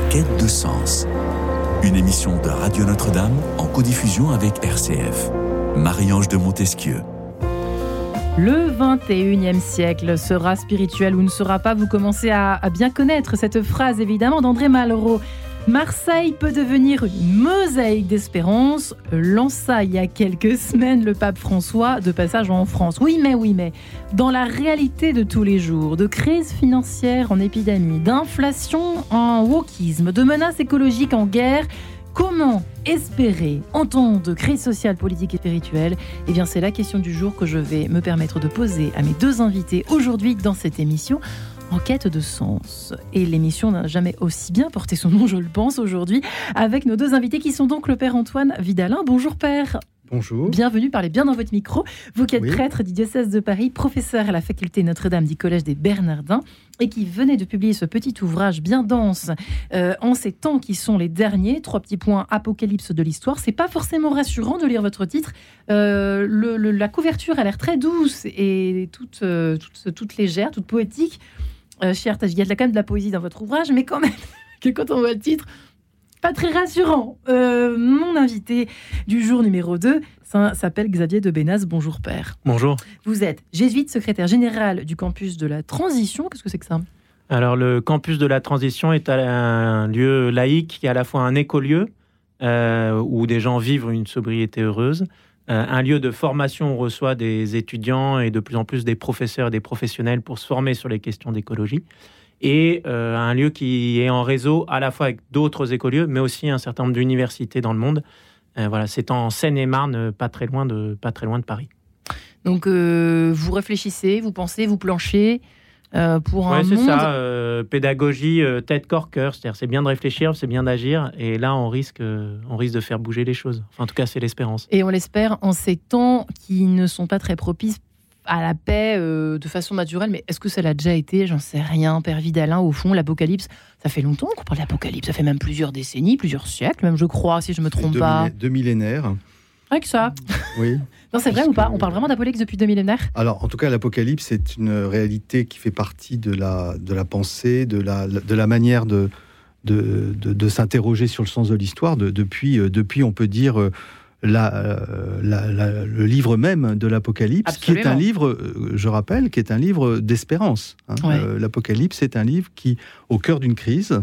quête de sens. Une émission de Radio Notre-Dame en codiffusion avec RCF. Marie-Ange de Montesquieu. Le 21e siècle sera spirituel ou ne sera pas. Vous commencez à bien connaître cette phrase évidemment d'André Malraux. Marseille peut devenir une mosaïque d'espérance, lança il y a quelques semaines le pape François de passage en France. Oui mais, dans la réalité de tous les jours, de crise financière en épidémie, d'inflation en wokisme, de menaces écologiques en guerre, comment espérer en temps de crise sociale, politique et spirituelle ? Eh bien, c'est la question du jour que je vais me permettre de poser à mes deux invités aujourd'hui dans cette émission. En quête de sens. Et l'émission n'a jamais aussi bien porté son nom, je le pense, aujourd'hui, avec nos deux invités qui sont donc le Père Antoine Vidalin. Bonjour Père. Bonjour. Bienvenue, parlez bien dans votre micro. Vous qui êtes prêtre du diocèse de Paris, professeur à la faculté Notre-Dame du Collège des Bernardins et qui venait de publier ce petit ouvrage bien dense en ces temps qui sont les derniers, 3 petits points, Apocalypse de l'histoire. C'est pas forcément rassurant de lire votre titre. La couverture a l'air très douce et toute légère, toute poétique. Cher Taj, il y a quand même de la poésie dans votre ouvrage, mais quand même, que quand on voit le titre, pas très rassurant. Mon invité du jour numéro 2 s'appelle Xavier de Bénaz. Bonjour Père. Bonjour. Vous êtes jésuite, secrétaire général du campus de la Transition. Qu'est-ce que c'est que ça ? Alors le campus de la Transition est un lieu laïque qui est à la fois un écolieu où des gens vivent une sobriété heureuse, un lieu de formation où on reçoit des étudiants et de plus en plus des professeurs et des professionnels pour se former sur les questions d'écologie, et un lieu qui est en réseau à la fois avec d'autres écolieux, mais aussi un certain nombre d'universités dans le monde. Voilà, c'est en Seine-et-Marne, pas très loin de Paris. Donc vous réfléchissez, vous pensez, vous planchez pour un monde... Oui, c'est ça, pédagogie, tête, corps, cœur. C'est-à-dire, c'est bien de réfléchir, c'est bien d'agir, et là, on risque de faire bouger les choses. Enfin, en tout cas, c'est l'espérance. Et on l'espère en ces temps qui ne sont pas très propices à la paix de façon naturelle. Mais est-ce que ça l'a déjà été ? J'en sais rien. Père Vidalin, au fond, l'Apocalypse, ça fait longtemps qu'on parle d'Apocalypse. Ça fait même plusieurs décennies, plusieurs siècles, même, je crois, si je ne me trompe pas. 2 millénaires. Avec ça. Oui. Non, c'est vrai ou pas ? On parle vraiment d'Apocalypse depuis 2 millénaires ? Alors, en tout cas, l'Apocalypse, c'est une réalité qui fait partie de la pensée, de la manière de s'interroger sur le sens de l'histoire. Depuis, on peut dire, le livre même de l'Apocalypse, Absolument. qui est un livre, je rappelle, qui est un livre d'espérance. Ouais. L'Apocalypse est un livre qui, au cœur d'une crise,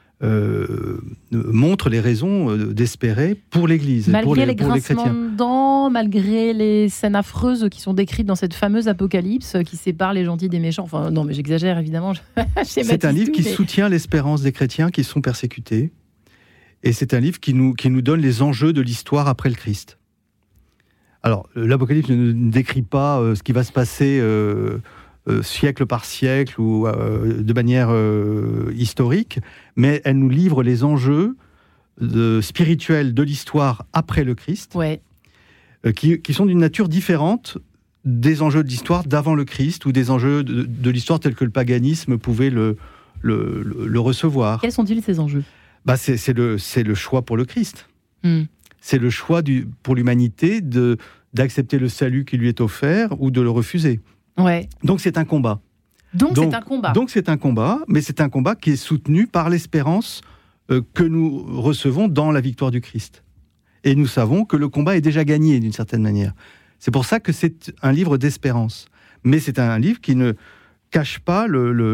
montre les raisons d'espérer pour l'Église, malgré pour les chrétiens. de dents, malgré les scènes affreuses qui sont décrites dans cette fameuse Apocalypse qui sépare les gentils des méchants. Enfin, non, mais j'exagère évidemment. C'est un livre qui soutient l'espérance des chrétiens qui sont persécutés. Et c'est un livre qui nous donne les enjeux de l'histoire après le Christ. Alors, l'Apocalypse ne décrit pas ce qui va se passer siècle par siècle ou de manière historique, mais elle nous livre les enjeux spirituels de l'histoire après le Christ, qui sont d'une nature différente des enjeux de l'histoire d'avant le Christ ou des enjeux de l'histoire tels que le paganisme pouvait le recevoir. Quels sont-ils ces enjeux ? C'est le choix pour le Christ. C'est le choix pour l'humanité d'accepter le salut qui lui est offert ou de le refuser. Ouais. Donc c'est un combat. Donc c'est un combat, mais c'est un combat qui est soutenu par l'espérance que nous recevons dans la victoire du Christ. Et nous savons que le combat est déjà gagné d'une certaine manière. C'est pour ça que c'est un livre d'espérance. Mais c'est un livre qui ne cache pas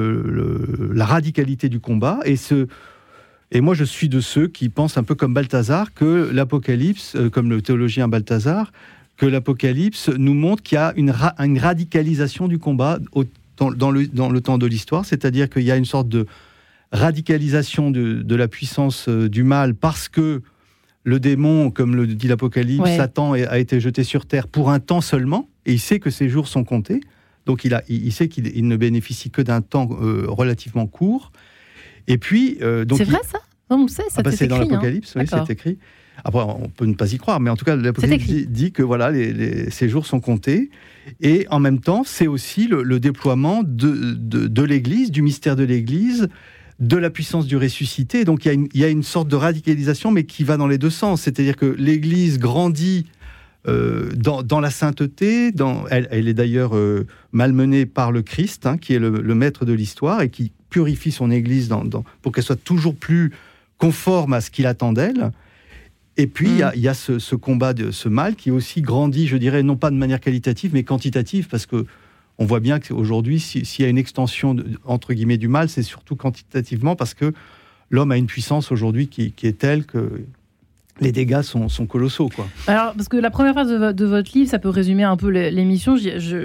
la radicalité du combat. Et moi, je suis de ceux qui pensent un peu comme Balthazar que l'Apocalypse, comme le théologien Balthazar, que l'Apocalypse nous montre qu'il y a une radicalisation du combat dans le temps de l'histoire, c'est-à-dire qu'il y a une sorte de radicalisation de la puissance du mal parce que le démon, comme le dit l'Apocalypse, Satan a été jeté sur terre pour un temps seulement, et il sait que ses jours sont comptés, donc il sait qu'il ne bénéficie que d'un temps relativement court. Et puis, c'est vrai ça ? On le sait, ça c'est dans l'Apocalypse, oui, c'est écrit. Après, on peut ne pas y croire, mais en tout cas, l'Apocalypse dit que voilà, ces jours sont comptés. Et en même temps, c'est aussi le déploiement de l'Église, du mystère de l'Église, de la puissance du ressuscité. Donc il y a une sorte de radicalisation, mais qui va dans les deux sens. C'est-à-dire que l'Église grandit dans la sainteté. Elle est d'ailleurs malmenée par le Christ, qui est le maître de l'histoire, et qui purifie son Église pour qu'elle soit toujours plus conforme à ce qu'il attend d'elle. Et puis, il y a ce combat de ce mal qui aussi grandit, je dirais, non pas de manière qualitative, mais quantitative, parce que on voit bien qu'aujourd'hui, s'il y a une extension, entre guillemets, du mal, c'est surtout quantitativement, parce que l'homme a une puissance aujourd'hui qui est telle que les dégâts sont colossaux, quoi. Alors, parce que la première phrase de votre livre, ça peut résumer un peu l'émission.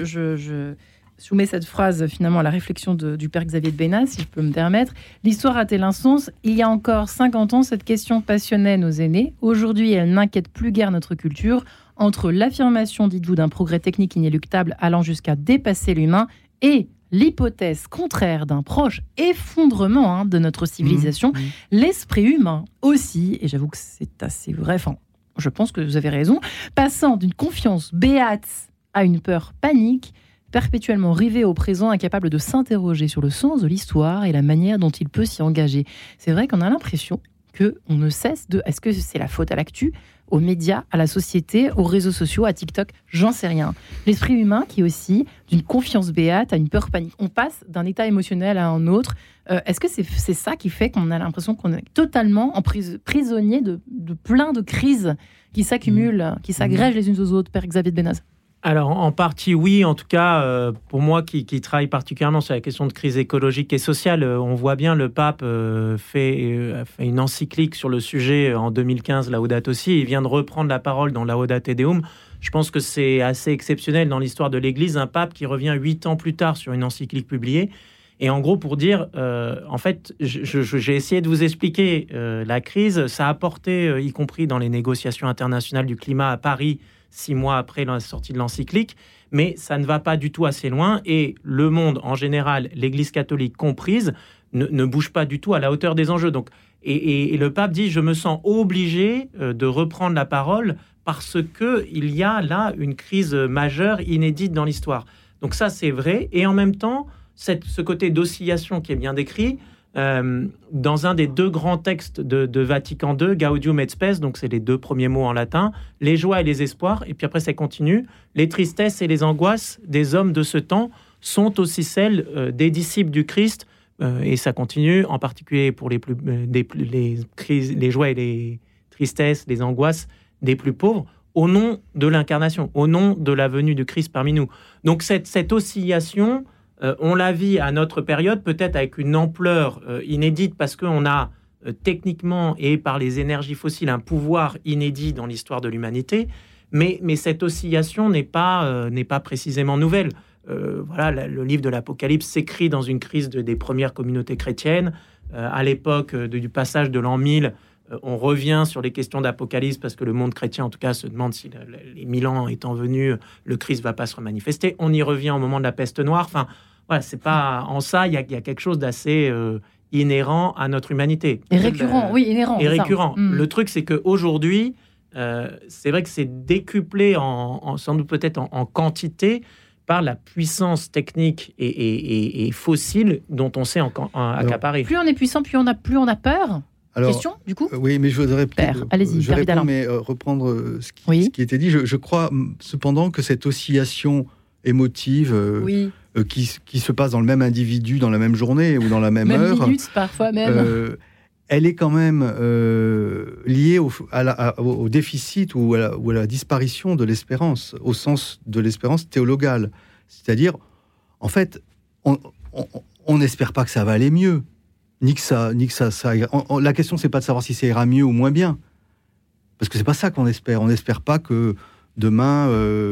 Je soumets cette phrase, finalement, à la réflexion du père Xavier de Bénas, si je peux me permettre. L'histoire a-t-elle un sens ? Il y a encore 50 ans, cette question passionnait nos aînés. Aujourd'hui, elle n'inquiète plus guère notre culture. Entre l'affirmation, dites-vous, d'un progrès technique inéluctable allant jusqu'à dépasser l'humain et l'hypothèse contraire d'un proche effondrement de notre civilisation, l'esprit humain aussi, et j'avoue que c'est assez vrai, enfin, je pense que vous avez raison, passant d'une confiance béate à une peur panique, perpétuellement rivé au présent, incapable de s'interroger sur le sens de l'histoire et la manière dont il peut s'y engager. C'est vrai qu'on a l'impression qu'on ne cesse de... Est-ce que c'est la faute à l'actu, aux médias, à la société, aux réseaux sociaux, à TikTok ? J'en sais rien. L'esprit humain qui est aussi d'une confiance béate à une peur panique. On passe d'un état émotionnel à un autre. Est-ce que c'est ça qui fait qu'on a l'impression qu'on est totalement prisonnier de plein de crises qui s'accumulent, qui s'agrègent les unes aux autres, Père Xavier de Bénas ? Alors, en partie, oui. En tout cas, pour moi qui travaille particulièrement sur la question de crise écologique et sociale, on voit bien le pape fait une encyclique sur le sujet en 2015, Laudato Si. Il vient de reprendre la parole dans Laudate Deum. Je pense que c'est assez exceptionnel dans l'histoire de l'Église, un pape qui revient 8 ans plus tard sur une encyclique publiée. Et en gros, pour dire, en fait, j'ai essayé de vous expliquer la crise. Ça a apporté, y compris dans les négociations internationales du climat à Paris, 6 mois après la sortie de l'encyclique, mais ça ne va pas du tout assez loin et le monde en général, l'Église catholique comprise, ne bouge pas du tout à la hauteur des enjeux. Donc, et le pape dit, je me sens obligé de reprendre la parole parce qu'il y a là une crise majeure, inédite dans l'histoire. Donc ça, c'est vrai. Et en même temps, ce côté d'oscillation qui est bien décrit, dans un des 2 grands textes de Vatican II, Gaudium et Spes, donc c'est les 2 premiers mots en latin, les joies et les espoirs, et puis après ça continue, les tristesses et les angoisses des hommes de ce temps sont aussi celles des disciples du Christ, et ça continue, en particulier pour les joies et les tristesses, les angoisses des plus pauvres, au nom de l'incarnation, au nom de la venue du Christ parmi nous. Donc cette oscillation... on la vit à notre période, peut-être avec une ampleur inédite, parce qu'on a techniquement et par les énergies fossiles un pouvoir inédit dans l'histoire de l'humanité, mais cette oscillation n'est pas précisément nouvelle. Voilà, le livre de l'Apocalypse s'écrit dans une crise des premières communautés chrétiennes. À l'époque du passage de l'an 1000, on revient sur les questions d'Apocalypse parce que le monde chrétien, en tout cas, se demande si les 1000 ans étant venus, le Christ va pas se remanifester. On y revient au moment de la peste noire. Enfin, voilà, c'est pas en ça. Il y a quelque chose d'assez inhérent à notre humanité. Et récurrent, oui, inhérent. Et récurrent. Le truc, c'est qu'aujourd'hui, c'est vrai que c'est décuplé sans doute peut-être en quantité par la puissance technique et fossile dont on s'est accaparé. Plus on est puissant, plus on a peur. Alors, question, du coup ? Oui, mais je voudrais reprendre ce qui était dit. Je crois cependant que cette oscillation émotive qui se passe dans le même individu, dans la même journée ou dans la même heure... minute, parfois même. Elle est quand même liée au déficit ou à la disparition de l'espérance, au sens de l'espérance théologale. C'est-à-dire, en fait, on n'espère pas que ça va aller mieux. Ni que ça ira. La question, c'est pas de savoir si ça ira mieux ou moins bien, parce que c'est pas ça qu'on espère. On n'espère pas que demain,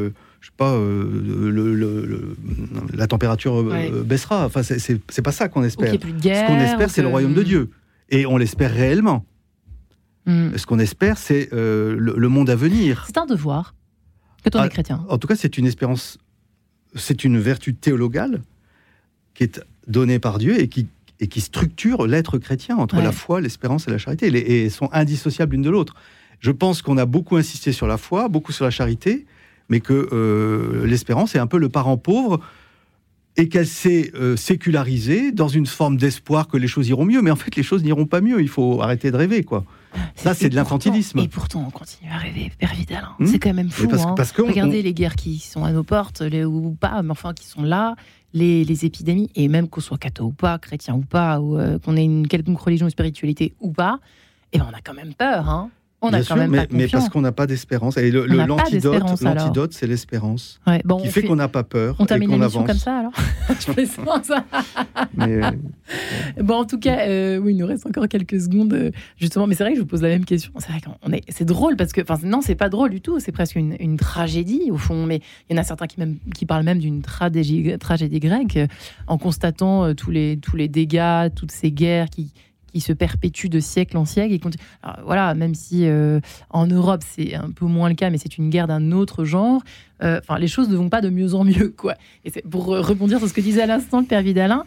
la température baissera. Enfin, c'est pas ça qu'on espère. Qu'il y ait plus de guerre, ce qu'on espère, c'est le royaume de Dieu, et on l'espère réellement. Ce qu'on espère, c'est le monde à venir. C'est un devoir quand on est chrétien. En tout cas, c'est une espérance, c'est une vertu théologale qui est donnée par Dieu et qui structure l'être chrétien entre la foi, l'espérance et la charité. Et elles sont indissociables l'une de l'autre. Je pense qu'on a beaucoup insisté sur la foi, beaucoup sur la charité, mais que l'espérance est un peu le parent pauvre et qu'elle s'est sécularisée dans une forme d'espoir que les choses iront mieux. Mais en fait, les choses n'iront pas mieux. Il faut arrêter de rêver, quoi. Ça, c'est de l'infantilisme. Et pourtant, on continue à rêver, Père Vidal. C'est quand même fou. Regardez les guerres qui sont à nos portes, ou pas, mais enfin, qui sont là. Les épidémies, et même qu'on soit catho ou pas, chrétien ou pas, ou qu'on ait une quelconque religion ou spiritualité ou pas, Et on a quand même peur, hein. On Bien a sûr, quand même pas mais confiance. parce qu'on n'a pas d'espérance. Et l'antidote, c'est l'espérance. Ouais, bon, qui fait qu'on n'a pas peur. On termine l'émission avance. comme ça, alors. Je plaisante. Mais, bon, en tout cas, oui, il nous reste encore quelques secondes, justement. Mais c'est vrai que je vous pose la même question. C'est vrai c'est drôle parce que, non, c'est pas drôle du tout. C'est presque une tragédie au fond. Mais il y en a certains qui parlent même d'une tragédie grecque, en constatant tous les dégâts, toutes ces guerres qui se perpétue de siècle en siècle. Alors, voilà, même si en Europe, c'est un peu moins le cas, mais c'est une guerre d'un autre genre, les choses ne vont pas de mieux en mieux, quoi. Et c'est pour rebondir sur ce que disait à l'instant le Père Vidalin,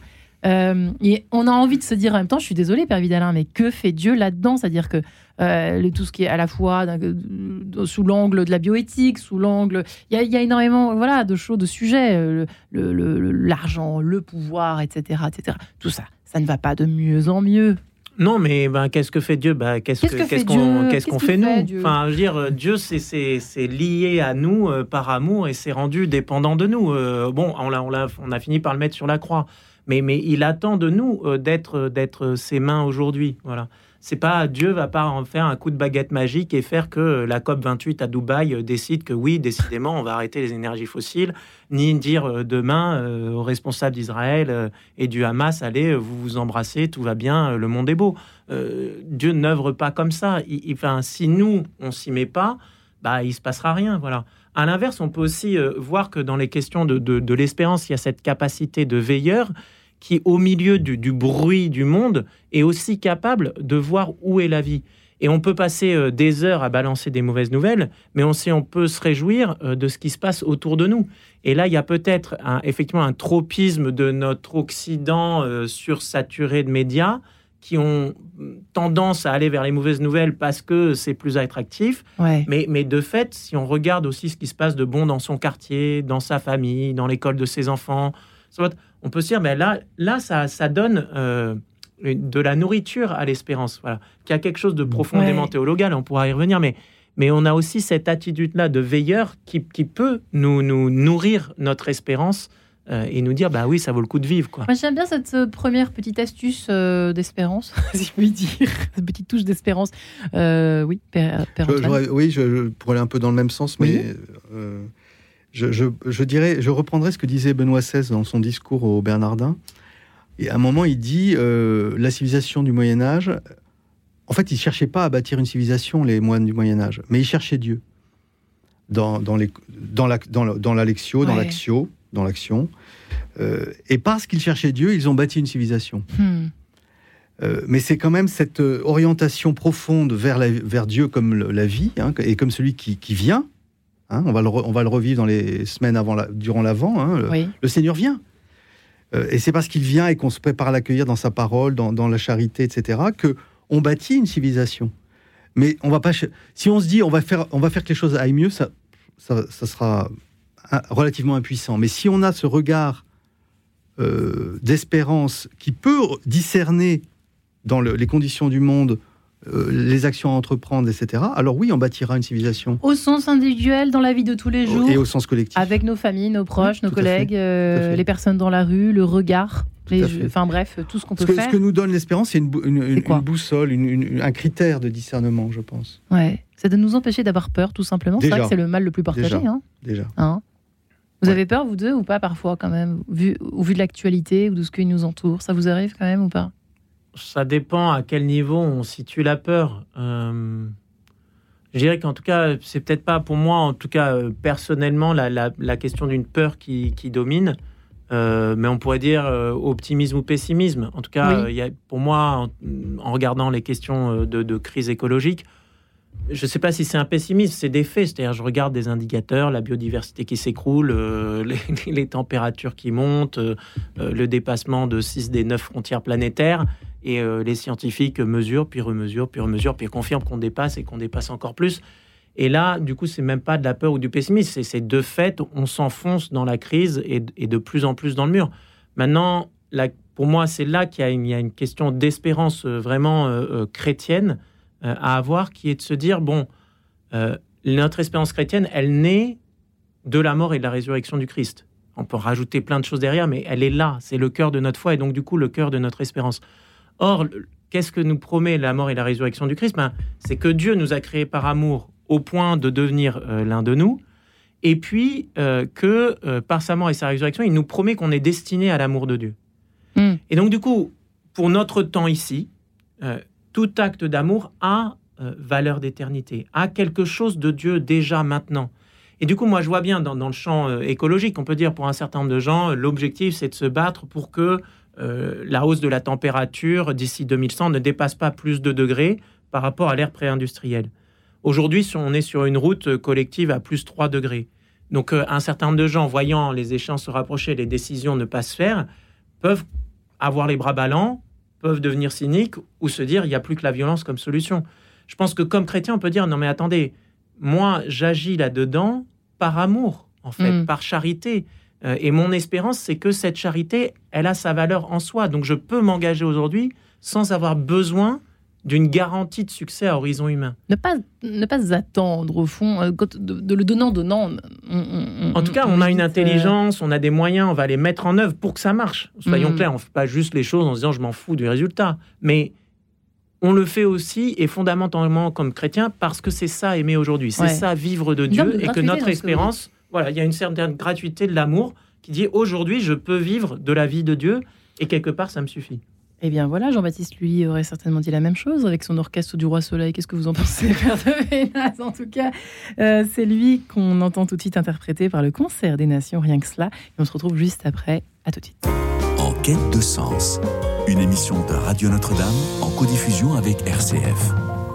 et on a envie de se dire en même temps, je suis désolée, Père Vidalin, mais que fait Dieu là-dedans ? C'est-à-dire que tout ce qui est à la fois sous l'angle de la bioéthique, sous l'angle... Il y a énormément de choses, de sujets, l'argent, le pouvoir, etc., etc. Tout ça, ça ne va pas de mieux en mieux. Non, mais qu'est-ce que fait Dieu ? Qu'est-ce qu'on fait nous ? Enfin, je veux dire, Dieu, c'est lié à nous par amour et c'est rendu dépendant de nous. On a fini par le mettre sur la croix, mais il attend de nous d'être ses mains aujourd'hui. Voilà. C'est pas Dieu va pas en faire un coup de baguette magique et faire que la COP28 à Dubaï décide que oui, décidément, on va arrêter les énergies fossiles, ni dire demain aux responsables d'Israël et du Hamas, allez, vous vous embrassez, tout va bien, le monde est beau. Dieu n'œuvre pas comme ça. Si nous, on s'y met pas, il se passera rien. Voilà. À l'inverse, on peut aussi voir que dans les questions de l'espérance, il y a cette capacité de veilleur qui, au milieu du bruit du monde, est aussi capable de voir où est la vie. Et on peut passer des heures à balancer des mauvaises nouvelles, mais on peut se réjouir de ce qui se passe autour de nous. Et là, il y a peut-être effectivement un tropisme de notre Occident sursaturé de médias qui ont tendance à aller vers les mauvaises nouvelles parce que c'est plus attractif. Ouais. Mais de fait, si on regarde aussi ce qui se passe de bon dans son quartier, dans sa famille, dans l'école de ses enfants, on peut se dire, mais là ça donne de la nourriture à l'espérance, voilà, qu'il y a quelque chose de profondément théologal, on pourra y revenir, mais on a aussi cette attitude-là de veilleur qui peut nous nourrir notre espérance et nous dire, oui, ça vaut le coup de vivre, quoi. Moi, j'aime bien cette première petite astuce d'espérance, si je puis dire, cette petite touche d'espérance. Oui, Père Antoine. Je pourrais aller un peu dans le même sens, mais... Oui. Je reprendrai ce que disait Benoît XVI dans son discours aux Bernardins. Et à un moment, il dit la civilisation du Moyen-Âge. En fait, ils ne cherchaient pas à bâtir une civilisation, les moines du Moyen-Âge, mais ils cherchaient Dieu. Dans l'Alexio, dans l'action. Et parce qu'ils cherchaient Dieu, ils ont bâti une civilisation. Mais c'est quand même cette orientation profonde vers Dieu comme la vie, et comme celui qui vient. On va le revivre dans les semaines durant l'Avent. Le Seigneur vient. Et c'est parce qu'il vient et qu'on se prépare à l'accueillir dans sa parole, dans la charité, etc., qu'on bâtit une civilisation. Mais on va pas... Si on se dit on va faire que les choses aillent mieux, ça sera relativement impuissant. Mais si on a ce regard d'espérance qui peut discerner dans les conditions du monde les actions à entreprendre, etc. Alors oui, on bâtira une civilisation. Au sens individuel, dans la vie de tous les jours. Et au sens collectif. Avec nos familles, nos proches, nos collègues, les personnes dans la rue, le regard, bref, tout ce qu'on peut faire. Ce que nous donne l'espérance, c'est une boussole, un critère de discernement, je pense. Ouais, c'est de nous empêcher d'avoir peur, tout simplement. C'est vrai que c'est le mal le plus partagé. Déjà. Vous avez peur, vous deux, ou pas, parfois, quand même, au vu de l'actualité ou de ce qui nous entoure? Ça vous arrive, quand même, ou pas? Ça dépend à quel niveau on situe la peur. Je dirais qu'en tout cas, c'est peut-être pas pour moi, en tout cas personnellement, la question d'une peur qui domine. Mais on pourrait dire optimisme ou pessimisme. En tout cas, y a, pour moi, en regardant les questions de crise écologique, je ne sais pas si c'est un pessimisme, c'est des faits. C'est-à-dire, je regarde des indicateurs, la biodiversité qui s'écroule, les températures qui montent, le dépassement de 6 des 9 frontières planétaires. Et les scientifiques mesurent, puis remesurent, puis confirment qu'on dépasse et qu'on dépasse encore plus. Et là, du coup, c'est même pas de la peur ou du pessimisme. C'est de fait, on s'enfonce dans la crise et de plus en plus dans le mur. Maintenant, pour moi, c'est là qu'il y a une question d'espérance vraiment chrétienne à avoir, qui est de se dire, notre espérance chrétienne, elle naît de la mort et de la résurrection du Christ. On peut rajouter plein de choses derrière, mais elle est là. C'est le cœur de notre foi et donc, du coup, le cœur de notre espérance. Or, qu'est-ce que nous promet la mort et la résurrection du Christ ? C'est que Dieu nous a créés par amour au point de devenir l'un de nous, et puis que par sa mort et sa résurrection, il nous promet qu'on est destiné à l'amour de Dieu. Et donc du coup, pour notre temps ici, tout acte d'amour a valeur d'éternité, a quelque chose de Dieu déjà maintenant. Et du coup, moi, je vois bien dans le champ écologique, on peut dire pour un certain nombre de gens, l'objectif, c'est de se battre pour que la hausse de la température d'ici 2100 ne dépasse pas plus de degrés par rapport à l'ère pré-industrielle. Aujourd'hui, on est sur une route collective à plus 3 degrés. Donc, un certain nombre de gens, voyant les échéances se rapprocher, les décisions ne pas se faire, peuvent avoir les bras ballants, peuvent devenir cyniques ou se dire il n'y a plus que la violence comme solution. Je pense que comme chrétien, on peut dire non mais attendez, moi j'agis là-dedans par amour, en fait, par charité. Et mon espérance, c'est que cette charité, elle a sa valeur en soi. Donc je peux m'engager aujourd'hui sans avoir besoin d'une garantie de succès à horizon humain. Ne pas attendre, au fond, de le donnant. En tout cas, on a une intelligence, on a des moyens, on va les mettre en œuvre pour que ça marche. Soyons clairs, on ne fait pas juste les choses en se disant « je m'en fous du résultat ». Mais on le fait aussi, et fondamentalement comme chrétien, parce que c'est ça aimer aujourd'hui. C'est ça vivre de Dieu, et que notre espérance, voilà, il y a une certaine gratuité de l'amour qui dit « aujourd'hui, je peux vivre de la vie de Dieu », et quelque part, ça me suffit. Eh bien voilà, Jean-Baptiste, lui, aurait certainement dit la même chose avec son orchestre du Roi Soleil. Qu'est-ce que vous en pensez, Père de Bénaz ? En tout cas, c'est lui qu'on entend tout de suite interprété par le Concert des Nations, rien que cela. Et on se retrouve juste après. À tout de suite. En quête de sens, une émission de Radio Notre-Dame en codiffusion avec RCF.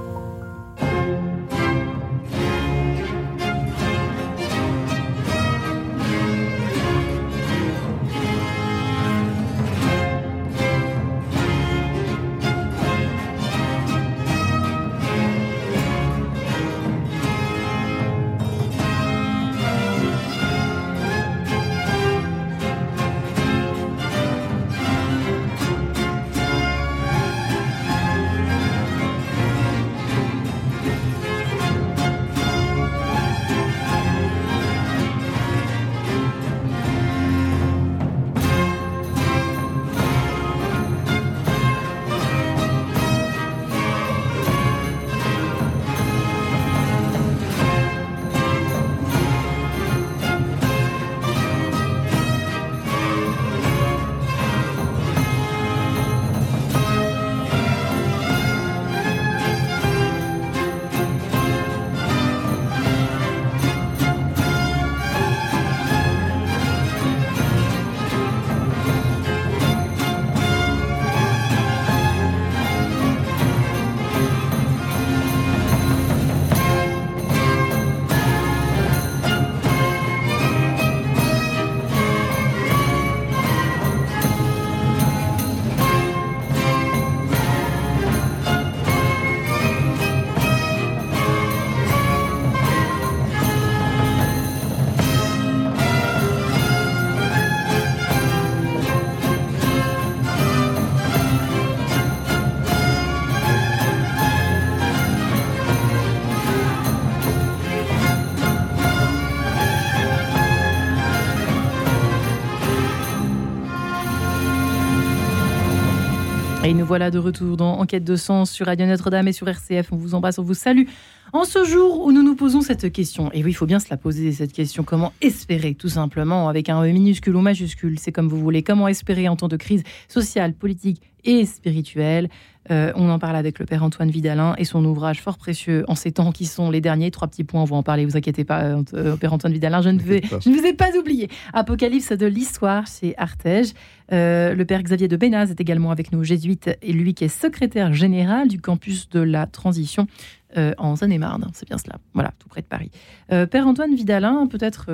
Et nous voilà de retour dans Enquête de sens sur Radio Notre-Dame et sur RCF. On vous embrasse, on vous salue. En ce jour où nous nous posons cette question, et oui, il faut bien se la poser, cette question, comment espérer, tout simplement, avec un E minuscule ou majuscule, c'est comme vous voulez, comment espérer en temps de crise sociale, politique et spirituelle. On en parle avec le Père Antoine Vidalin et son ouvrage fort précieux en ces temps qui sont les derniers. 3 petits points, on va en parler, vous inquiétez pas, Père Antoine Vidalin, je ne vous ai pas oublié. Apocalypse de l'histoire chez Artege. Le Père Xavier de Bénaz est également avec nous, jésuite, et lui qui est secrétaire général du campus de la Transition en Seine-et-Marne. C'est bien cela, voilà, tout près de Paris. Père Antoine Vidalin, peut-être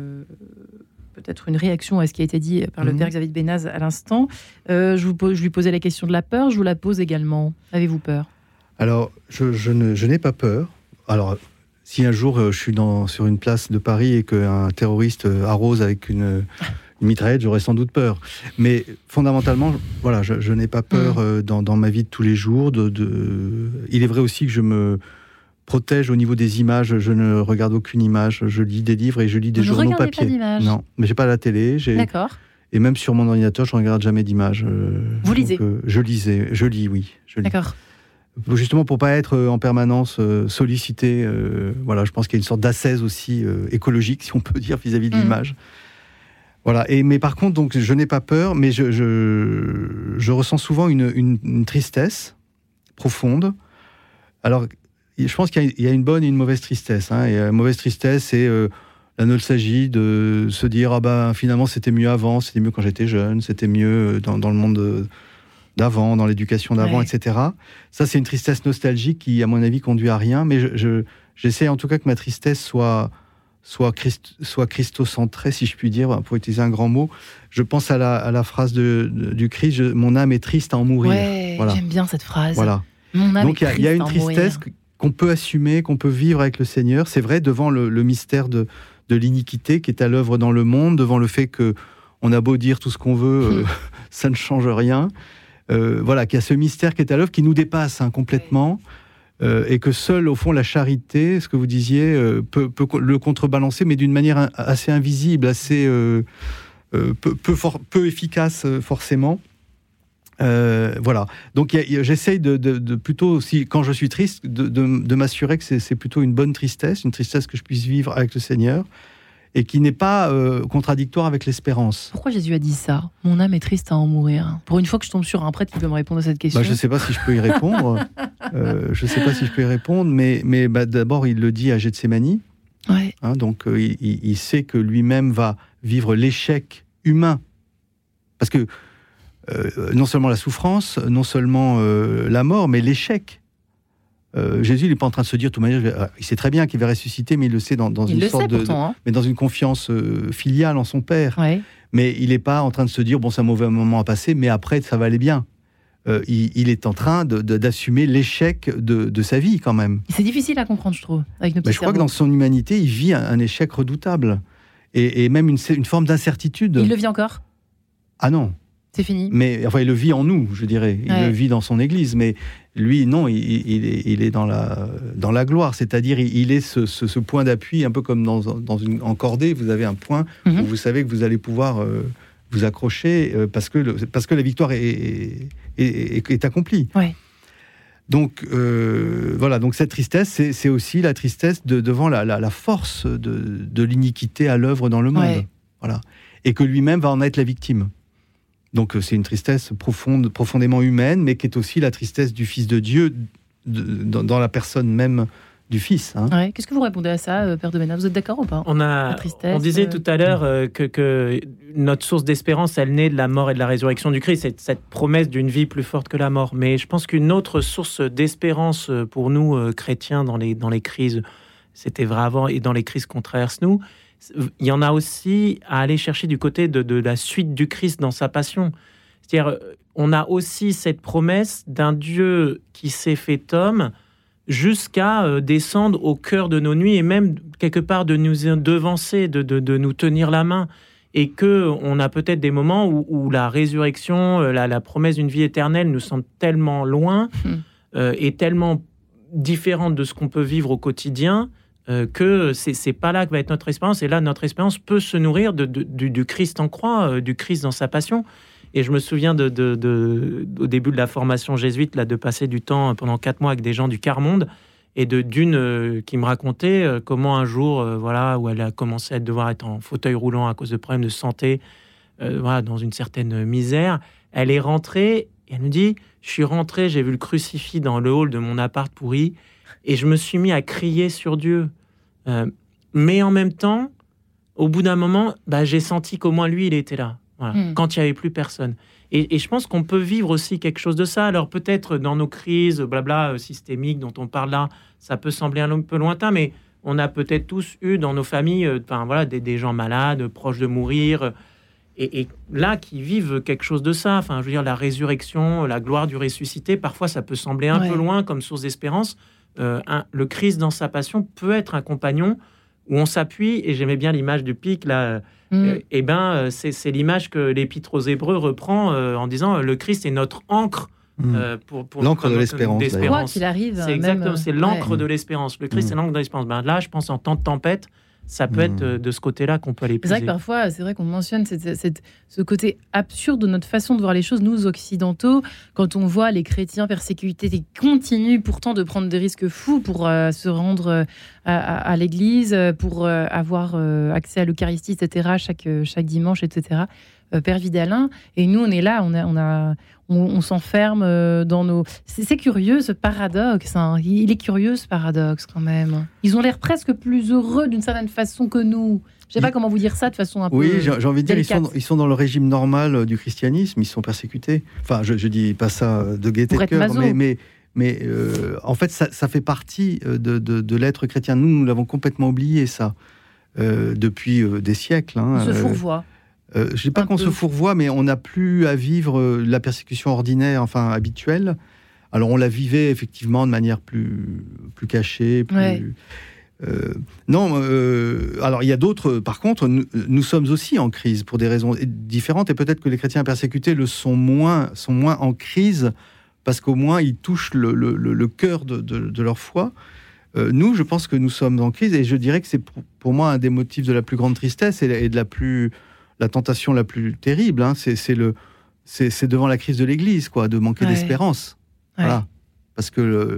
une réaction à ce qui a été dit par le Père Xavier de Bénaz à l'instant. Je lui posais la question de la peur, je vous la pose également. Avez-vous peur ? Alors, je n'ai pas peur. Alors, si un jour je suis sur une place de Paris et qu'un terroriste arrose avec une mitraillette, j'aurais sans doute peur. Mais fondamentalement, voilà, je n'ai pas peur dans ma vie de tous les jours. Il est vrai aussi que je me protège au niveau des images. Je ne regarde aucune image. Je lis des livres et je lis des journaux papier. Pas d'images. Non, mais j'ai pas la télé. D'accord. Et même sur mon ordinateur, je ne regarde jamais d'images. Vous lisez ? Je lis, oui. D'accord. Justement pour pas être en permanence sollicité. Voilà, je pense qu'il y a une sorte d'ascèse aussi écologique, si on peut dire, vis-à-vis de l'image. Voilà. Mais par contre, donc, je n'ai pas peur, mais je ressens souvent une tristesse profonde. Alors, je pense qu'il y a une bonne et une mauvaise tristesse. Hein. Et la mauvaise tristesse, c'est la nostalgie de se dire finalement c'était mieux avant, c'était mieux quand j'étais jeune, c'était mieux dans le monde d'avant, dans l'éducation d'avant, etc. Ça, c'est une tristesse nostalgique qui, à mon avis, conduit à rien. Mais j'essaie en tout cas que ma tristesse soit christocentrée, si je puis dire, pour utiliser un grand mot. Je pense à la phrase du Christ, mon âme est triste à en mourir. Ouais, voilà. J'aime bien cette phrase. Voilà. Mon âme Donc il y a une tristesse qu'on peut assumer, qu'on peut vivre avec le Seigneur. C'est vrai, devant le mystère de l'iniquité qui est à l'œuvre dans le monde, devant le fait qu'on a beau dire tout ce qu'on veut, ça ne change rien. Voilà, qu'il y a ce mystère qui est à l'œuvre, qui nous dépasse complètement, et que seule, au fond, la charité, ce que vous disiez, peut le contrebalancer, mais d'une manière assez invisible, assez peu efficace, forcément. Voilà. Donc, j'essaye de plutôt, aussi, quand je suis triste, de m'assurer que c'est plutôt une bonne tristesse, une tristesse que je puisse vivre avec le Seigneur, et qui n'est pas contradictoire avec l'espérance. Pourquoi Jésus a dit ça ? Mon âme est triste à en mourir. Pour une fois que je tombe sur un prêtre qui peut me répondre à cette question. Je ne sais pas si je peux y répondre. Mais d'abord, il le dit à Gethsémanie. Ouais. Hein, donc, il sait que lui-même va vivre l'échec humain. Parce que non seulement la souffrance, non seulement la mort, mais l'échec. Jésus, il n'est pas en train de se dire, de toute manière, il sait très bien qu'il va ressusciter, mais il le sait dans une sorte mais dans une confiance filiale en son Père. Ouais. Mais il n'est pas en train de se dire, c'est un mauvais moment à passer, mais après, ça va aller bien. Il est en train d'assumer l'échec de sa vie, quand même. C'est difficile à comprendre, je trouve, avec nos petits je crois que dans son humanité, il vit un échec redoutable. Et même une forme d'incertitude. Il le vit encore ? Ah non. C'est fini. Mais enfin, il le vit en nous, je dirais. Il le vit dans son Église, mais lui, non, il est dans la gloire. C'est-à-dire, il est ce point d'appui, un peu comme en cordée. Vous avez un point où vous savez que vous allez pouvoir vous accrocher parce que la victoire est accomplie. Ouais. Donc voilà. Donc cette tristesse, c'est aussi la tristesse devant la force de l'iniquité à l'œuvre dans le monde. Ouais. Voilà. Et que lui-même va en être la victime. Donc c'est une tristesse profondément humaine, mais qui est aussi la tristesse du Fils de Dieu, dans la personne même du Fils. Hein. Ouais. Qu'est-ce que vous répondez à ça, Père Doménat ? Vous êtes d'accord ou pas ? On disait tout à l'heure que notre source d'espérance, elle naît de la mort et de la résurrection du Christ, c'est cette promesse d'une vie plus forte que la mort. Mais je pense qu'une autre source d'espérance pour nous, chrétiens, dans les crises, c'était vrai avant, et dans les crises qu'on traverse nous, il y en a aussi à aller chercher du côté de la suite du Christ dans sa passion. C'est-à-dire, on a aussi cette promesse d'un Dieu qui s'est fait homme jusqu'à descendre au cœur de nos nuits et même quelque part de nous devancer, de nous tenir la main. Et qu'on a peut-être des moments où la résurrection, la promesse d'une vie éternelle nous semble tellement loin et tellement différente de ce qu'on peut vivre au quotidien que c'est pas là que va être notre espérance. Et là, notre espérance peut se nourrir du Christ en croix, du Christ dans sa passion. Et je me souviens au début de la formation jésuite, de passer du temps pendant 4 mois avec des gens du quart-monde et d'une qui me racontait comment un jour, où elle a commencé à devoir être en fauteuil roulant à cause de problèmes de santé, dans une certaine misère. Elle est rentrée et elle me dit « Je suis rentrée, j'ai vu le crucifix dans le hall de mon appart pourri et je me suis mis à crier sur Dieu. Mais en même temps, au bout d'un moment, j'ai senti qu'au moins lui, il était là. Voilà, quand il n'y avait plus personne. Et je pense qu'on peut vivre aussi quelque chose de ça. Alors peut-être dans nos crises, systémiques dont on parle là, ça peut sembler un peu lointain, mais on a peut-être tous eu dans nos familles des gens malades, proches de mourir, et là, qui vivent quelque chose de ça. Enfin, je veux dire, la résurrection, la gloire du ressuscité, parfois ça peut sembler un peu loin comme source d'espérance. Le Christ dans sa passion peut être un compagnon où on s'appuie, et j'aimais bien l'image du pic là. C'est l'image que l'Épître aux Hébreux reprend en disant le Christ est notre ancre pour l'encre de l'espérance. Quoi qu'il arrive, c'est exactement, c'est l'encre de l'espérance. Le Christ c'est l'encre de l'espérance. Là, je pense en temps de tempête, ça peut être de ce côté-là qu'on peut aller puiser. C'est vrai que parfois, c'est vrai qu'on mentionne ce côté absurde de notre façon de voir les choses, nous occidentaux, quand on voit les chrétiens persécutés qui continuent pourtant de prendre des risques fous pour se rendre à l'église, pour avoir accès à l'Eucharistie, etc., chaque dimanche, etc., Père Vidalin, et nous on est là, on s'enferme dans nos... C'est curieux ce paradoxe, hein. Il est curieux ce paradoxe quand même. Ils ont l'air presque plus heureux d'une certaine façon que nous. Je ne sais pas comment vous dire ça de façon un peu... Oui, j'ai envie de dire, ils sont dans le régime normal du christianisme, ils sont persécutés. Enfin, je dis pas ça de gaieté de cœur, mais en fait, ça fait partie de l'être chrétien. Nous l'avons complètement oublié, ça, depuis des siècles. On se fourvoie. Je ne dis pas qu'on se fourvoie, mais on n'a plus à vivre la persécution ordinaire, enfin habituelle. Alors on la vivait effectivement de manière plus cachée. Alors il y a d'autres. Par contre, nous sommes aussi en crise pour des raisons différentes, et peut-être que les chrétiens persécutés sont moins en crise parce qu'au moins ils touchent le cœur de leur foi. Nous, je pense que nous sommes en crise, et je dirais que c'est pour moi un des motifs de la plus grande tristesse et de la tentation la plus terrible, hein, c'est devant la crise de l'Église, quoi, de manquer d'espérance. Ouais. Voilà. Parce que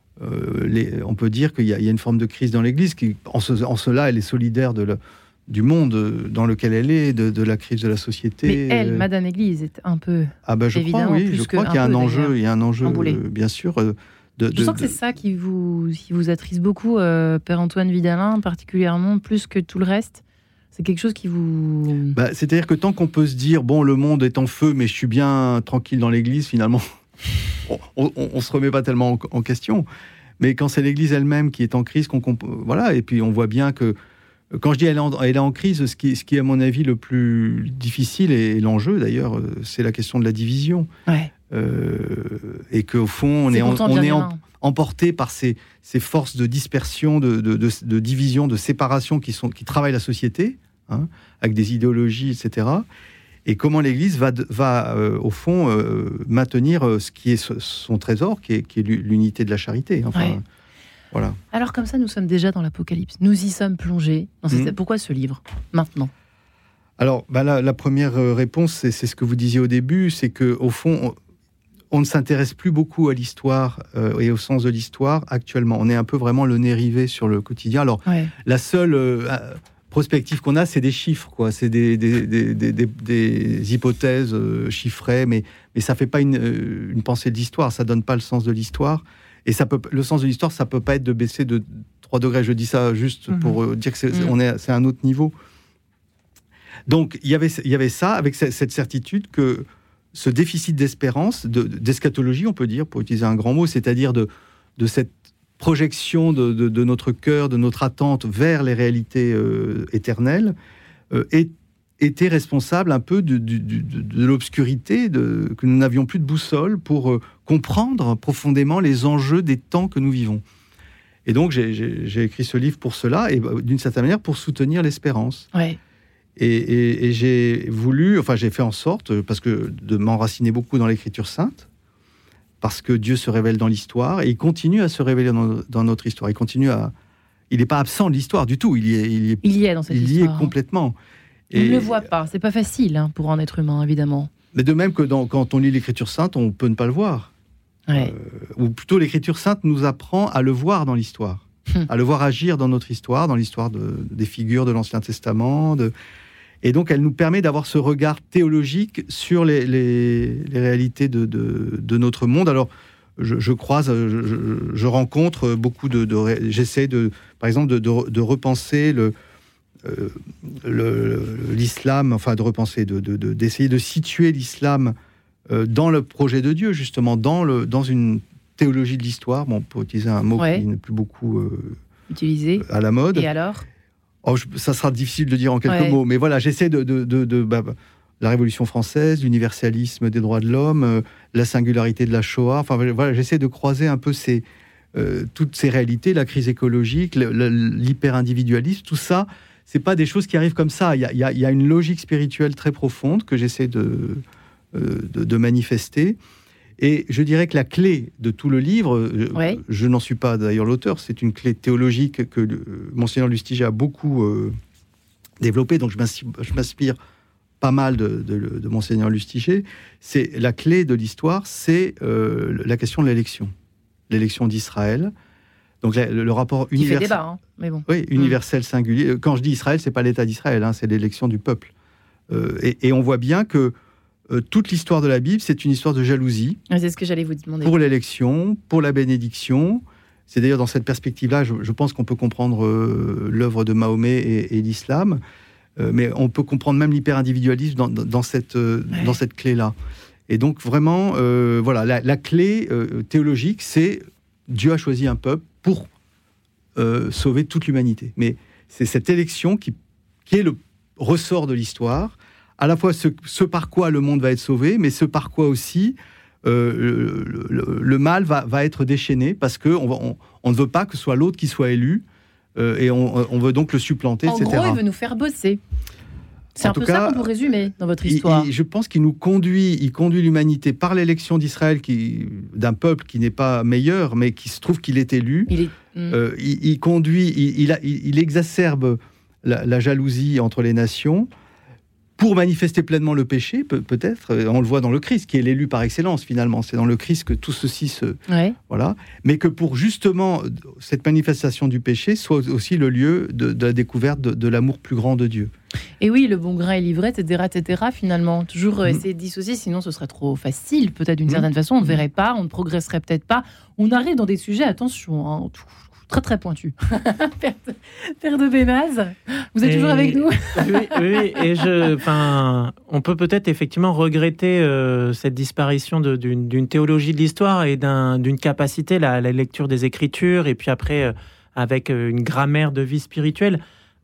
on peut dire qu'il y a une forme de crise dans l'Église qui, en cela, elle est solidaire du monde dans lequel elle est, de la crise de la société. Mais elle, Madame Église, est un peu... je crois qu'il y a un enjeu, bien sûr. Je sens que c'est ça qui vous attriste beaucoup, Père Antoine Vidalin, particulièrement, plus que tout le reste. C'est quelque chose qui vous... c'est-à-dire que tant qu'on peut se dire, bon, le monde est en feu, mais je suis bien tranquille dans l'Église, finalement, on ne se remet pas tellement en question. Mais quand c'est l'Église elle-même qui est en crise, voilà, et puis on voit bien que, quand je dis elle est en crise, ce qui est à mon avis le plus difficile, et l'enjeu d'ailleurs, c'est la question de la division. Ouais. Et qu'au fond, on est emporté par ces forces de dispersion, de division, de séparation qui travaillent la société, hein, avec des idéologies, etc. Et comment l'Église va au fond, maintenir ce qui est son trésor, qui est l'unité de la charité. Enfin, ouais. Voilà. Alors comme ça, nous sommes déjà dans l'Apocalypse. Nous y sommes plongés. Pourquoi ce livre, maintenant ? Alors, la première réponse, c'est ce que vous disiez au début, c'est qu'au fond... on ne s'intéresse plus beaucoup à l'histoire et au sens de l'histoire actuellement. On est un peu vraiment le nez rivé sur le quotidien. Alors, la seule prospective qu'on a, c'est des chiffres, quoi. C'est des hypothèses chiffrées, mais ça ne fait pas une pensée de l'histoire. Ça ne donne pas le sens de l'histoire. Et le sens de l'histoire, ça ne peut pas être de baisser de 3 degrés. Je dis ça juste pour dire que c'est un autre niveau. Donc, il y avait ça, avec cette certitude que ce déficit d'espérance, d'eschatologie, on peut dire, pour utiliser un grand mot, c'est-à-dire de cette projection de notre cœur, de notre attente vers les réalités éternelles, était responsable un peu de l'obscurité, que nous n'avions plus de boussole pour comprendre profondément les enjeux des temps que nous vivons. Et donc, j'ai écrit ce livre pour cela, et d'une certaine manière, pour soutenir l'espérance. Ouais. Et j'ai fait en sorte, parce que de m'enraciner beaucoup dans l'Écriture sainte, parce que Dieu se révèle dans l'histoire, et il continue à se révéler dans notre histoire. Il n'est pas absent de l'histoire du tout. Il y est dans cette histoire. Il y est complètement. On ne le voit pas. C'est pas facile pour un être humain, évidemment. Mais de même que quand on lit l'Écriture sainte, on peut ne pas le voir. Ouais. Ou plutôt, l'Écriture sainte nous apprend à le voir dans l'histoire, à le voir agir dans notre histoire, dans l'histoire des figures de l'Ancien Testament. Et donc, elle nous permet d'avoir ce regard théologique sur les réalités de notre monde. Alors, je rencontre beaucoup j'essaie par exemple, de repenser l'islam, enfin, de repenser, d'essayer de situer l'islam dans le projet de Dieu, justement, dans une théologie de l'histoire. Bon, pour utiliser un mot qui n'est plus beaucoup utilisé à la mode. Et alors ? Ça sera difficile de dire en quelques mots, mais voilà, j'essaie la Révolution française, l'universalisme des droits de l'homme, la singularité de la Shoah. Enfin voilà, j'essaie de croiser un peu toutes ces réalités, la crise écologique, l'hyper-individualisme, tout ça. C'est pas des choses qui arrivent comme ça. Il y a une logique spirituelle très profonde que j'essaie de manifester. Et je dirais que la clé de tout le livre, je n'en suis pas d'ailleurs l'auteur, c'est une clé théologique que Monseigneur Lustiger a beaucoup développée, donc je m'inspire pas mal de Monseigneur Lustiger. C'est la clé de l'histoire, c'est la question de l'élection d'Israël. Donc le rapport universel. Il fait débat, hein, mais bon. Oui, universel singulier. Quand je dis Israël, c'est pas l'État d'Israël, hein, c'est l'élection du peuple. Et on voit bien que toute l'histoire de la Bible, c'est une histoire de jalousie. C'est ce que j'allais vous demander. Pour l'élection, pour la bénédiction. C'est d'ailleurs dans cette perspective-là, je pense qu'on peut comprendre l'œuvre de Mahomet et l'islam. Mais on peut comprendre même l'hyper-individualisme dans cette clé-là. Et donc, vraiment, voilà, la clé théologique, c'est Dieu a choisi un peuple pour sauver toute l'humanité. Mais c'est cette élection qui est le ressort de l'histoire, à la fois ce par quoi le monde va être sauvé, mais ce par quoi aussi le mal va être déchaîné, parce qu'on ne veut pas que ce soit l'autre qui soit élu, et on veut donc le supplanter, etc. En gros, il veut nous faire bosser. C'est un peu ça qu'on peut résumer dans votre histoire. Je pense qu'il conduit l'humanité par l'élection d'Israël, d'un peuple qui n'est pas meilleur, mais qui se trouve qu'il est élu. Il exacerbe la jalousie entre les nations pour manifester pleinement le péché, peut-être. On le voit dans le Christ, qui est l'élu par excellence, finalement. C'est dans le Christ que tout ceci se... Ouais. Voilà. Mais que pour, justement, cette manifestation du péché soit aussi le lieu de la découverte de l'amour plus grand de Dieu. Et oui, le bon grain est livré, etc., finalement. Toujours essayer de dissocier, sinon ce serait trop facile, peut-être d'une certaine façon. On ne verrait pas, on ne progresserait peut-être pas. On arrive dans des sujets, attention, hein, très très pointu. Père de Bénaz, vous êtes toujours avec nous? Oui, et on peut peut-être effectivement regretter cette disparition d'une théologie de l'histoire et d'une capacité, la lecture des Écritures, et puis après, avec une grammaire de vie spirituelle.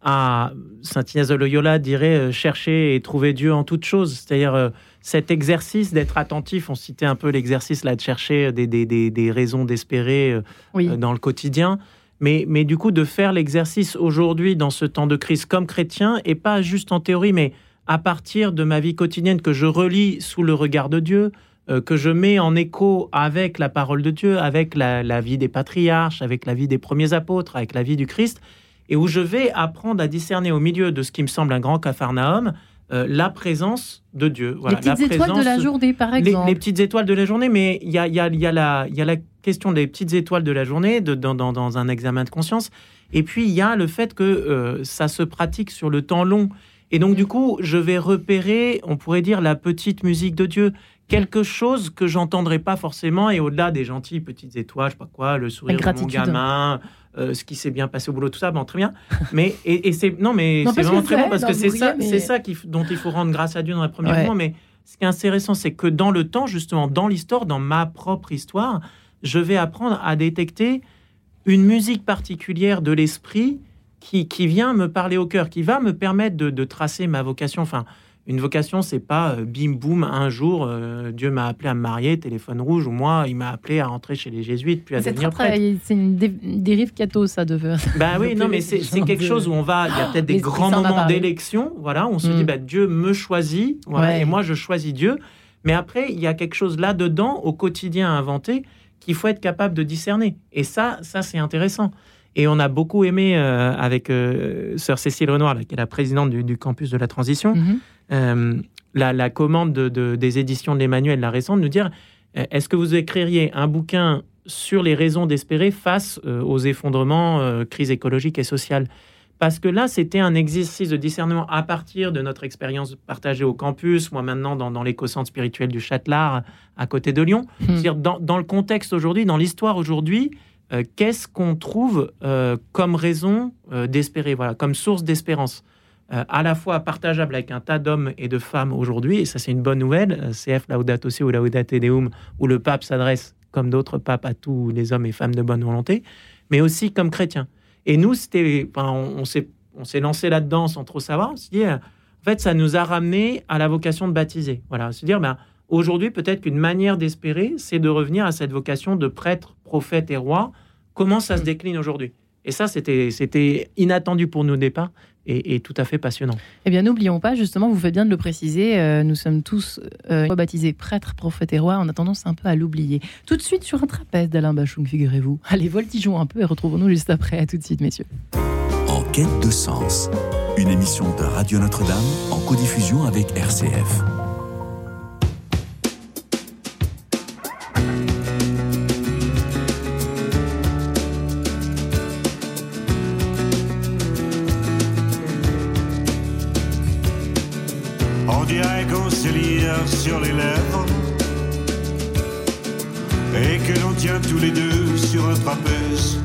Saint Ignace de Loyola dirait chercher et trouver Dieu en toutes choses, c'est-à-dire cet exercice d'être attentif. On citait un peu l'exercice là de chercher des raisons d'espérer dans le quotidien, mais du coup de faire l'exercice aujourd'hui dans ce temps de crise comme chrétien, et pas juste en théorie, mais à partir de ma vie quotidienne que je relis sous le regard de Dieu, que je mets en écho avec la parole de Dieu, avec la vie des patriarches, avec la vie des premiers apôtres, avec la vie du Christ, et où je vais apprendre à discerner au milieu de ce qui me semble un grand Capharnaüm, la présence de Dieu. Voilà, les petites étoiles de la journée, par exemple. Les petites étoiles de la journée, mais il y a la question des petites étoiles de la journée dans un examen de conscience. Et puis, il y a le fait que ça se pratique sur le temps long. Et donc, du coup, je vais repérer, on pourrait dire, la petite musique de Dieu. Quelque chose que j'entendrai pas forcément, et au-delà des gentilles petites étoiles, je sais pas quoi, le sourire de mon gamin, ce qui s'est bien passé au boulot, tout ça, bon, très bien. Mais c'est vraiment très bon, parce que c'est ça dont il faut rendre grâce à Dieu dans les premiers moments. Mais ce qui est intéressant, c'est que dans le temps, justement, dans l'histoire, dans ma propre histoire, je vais apprendre à détecter une musique particulière de l'esprit qui vient me parler au cœur, qui va me permettre de tracer ma vocation. Enfin, une vocation, c'est pas bim boum, un jour, Dieu m'a appelé à me marier, téléphone rouge, ou moi, il m'a appelé à rentrer chez les jésuites, puis à devenir prêtre. C'est une dérive catho, ça, de faire. Bah oui, non, mais c'est quelque chose où on va, il y a peut-être des grands moments d'élection, voilà, où on se dit, Dieu me choisit, voilà, et moi, je choisis Dieu. Mais après, il y a quelque chose là-dedans, au quotidien à inventer, qu'il faut être capable de discerner. Et ça c'est intéressant. Et on a beaucoup aimé, avec sœur Cécile Renoir, qui est la présidente du campus de la transition, la commande des éditions de l'Emmanuel, la récente, nous dire, est-ce que vous écririez un bouquin sur les raisons d'espérer face aux effondrements, crise écologique et sociale? Parce que là, c'était un exercice de discernement à partir de notre expérience partagée au campus, moi maintenant dans l'éco-centre spirituel du Châtelard, à côté de Lyon. C'est-à-dire dans le contexte aujourd'hui, dans l'histoire aujourd'hui, qu'est-ce qu'on trouve comme raison d'espérer, voilà, comme source d'espérance, à la fois partageable avec un tas d'hommes et de femmes aujourd'hui, et ça c'est une bonne nouvelle, CF Laudato Si ou Laudate Deum, où le pape s'adresse, comme d'autres papes, à tous les hommes et femmes de bonne volonté, mais aussi comme chrétiens. Et nous, on s'est lancé là-dedans sans trop savoir, on s'est dit, en fait, ça nous a ramené à la vocation de baptiser. Voilà, se dire, aujourd'hui, peut-être qu'une manière d'espérer, c'est de revenir à cette vocation de prêtre, prophète et roi. Comment ça se décline aujourd'hui? Et ça, c'était inattendu pour nous au départ, tout à fait passionnant. Eh bien, n'oublions pas, justement, vous faites bien de le préciser, nous sommes tous baptisés prêtres, prophètes et rois, on a tendance un peu à l'oublier. Tout de suite sur un trapèze d'Alain Bachung, figurez-vous. Allez, voltigeons un peu et retrouvons-nous juste après. À tout de suite, messieurs. En quête de sens, une émission de Radio Notre-Dame en codiffusion avec RCF. On dirait qu'on se lire sur les lèvres et que l'on tient tous les deux sur un trapèze.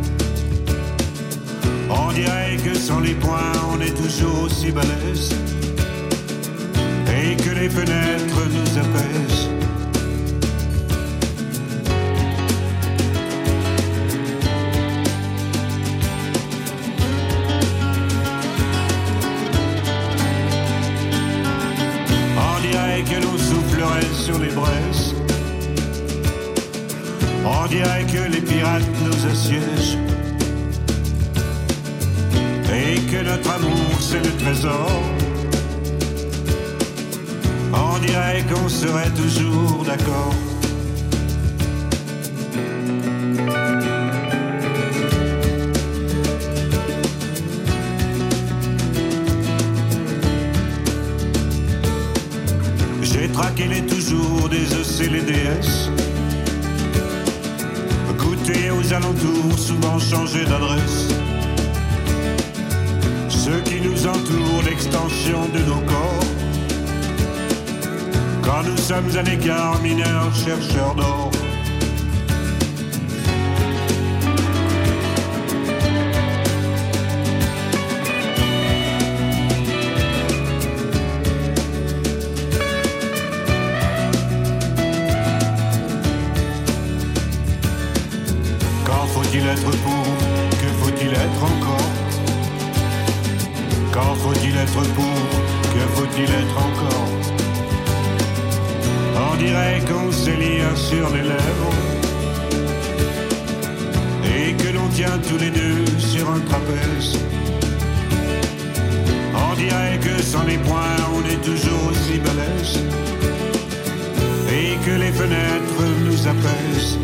On dirait que sans les poings on est toujours aussi balèze et que les fenêtres nous apaisent. Que l'on soufflerait sur les braises. On dirait que les pirates nous assiègent et que notre amour c'est le trésor. On dirait qu'on serait toujours d'accord. J'ai traqué les toujours des EC, les DS, goûté aux alentours, souvent changé d'adresse. Ceux qui nous entourent, l'extension de nos corps. Quand nous sommes à l'écart, mineurs, chercheurs d'or. Faut-il être pour? Que faut-il être encore? Quand faut-il être pour? Que faut-il être encore? On dirait qu'on s'élire sur les lèvres et que l'on tient tous les deux sur un trapèze. On dirait que sans les poings on est toujours aussi balèze et que les fenêtres nous apaisent.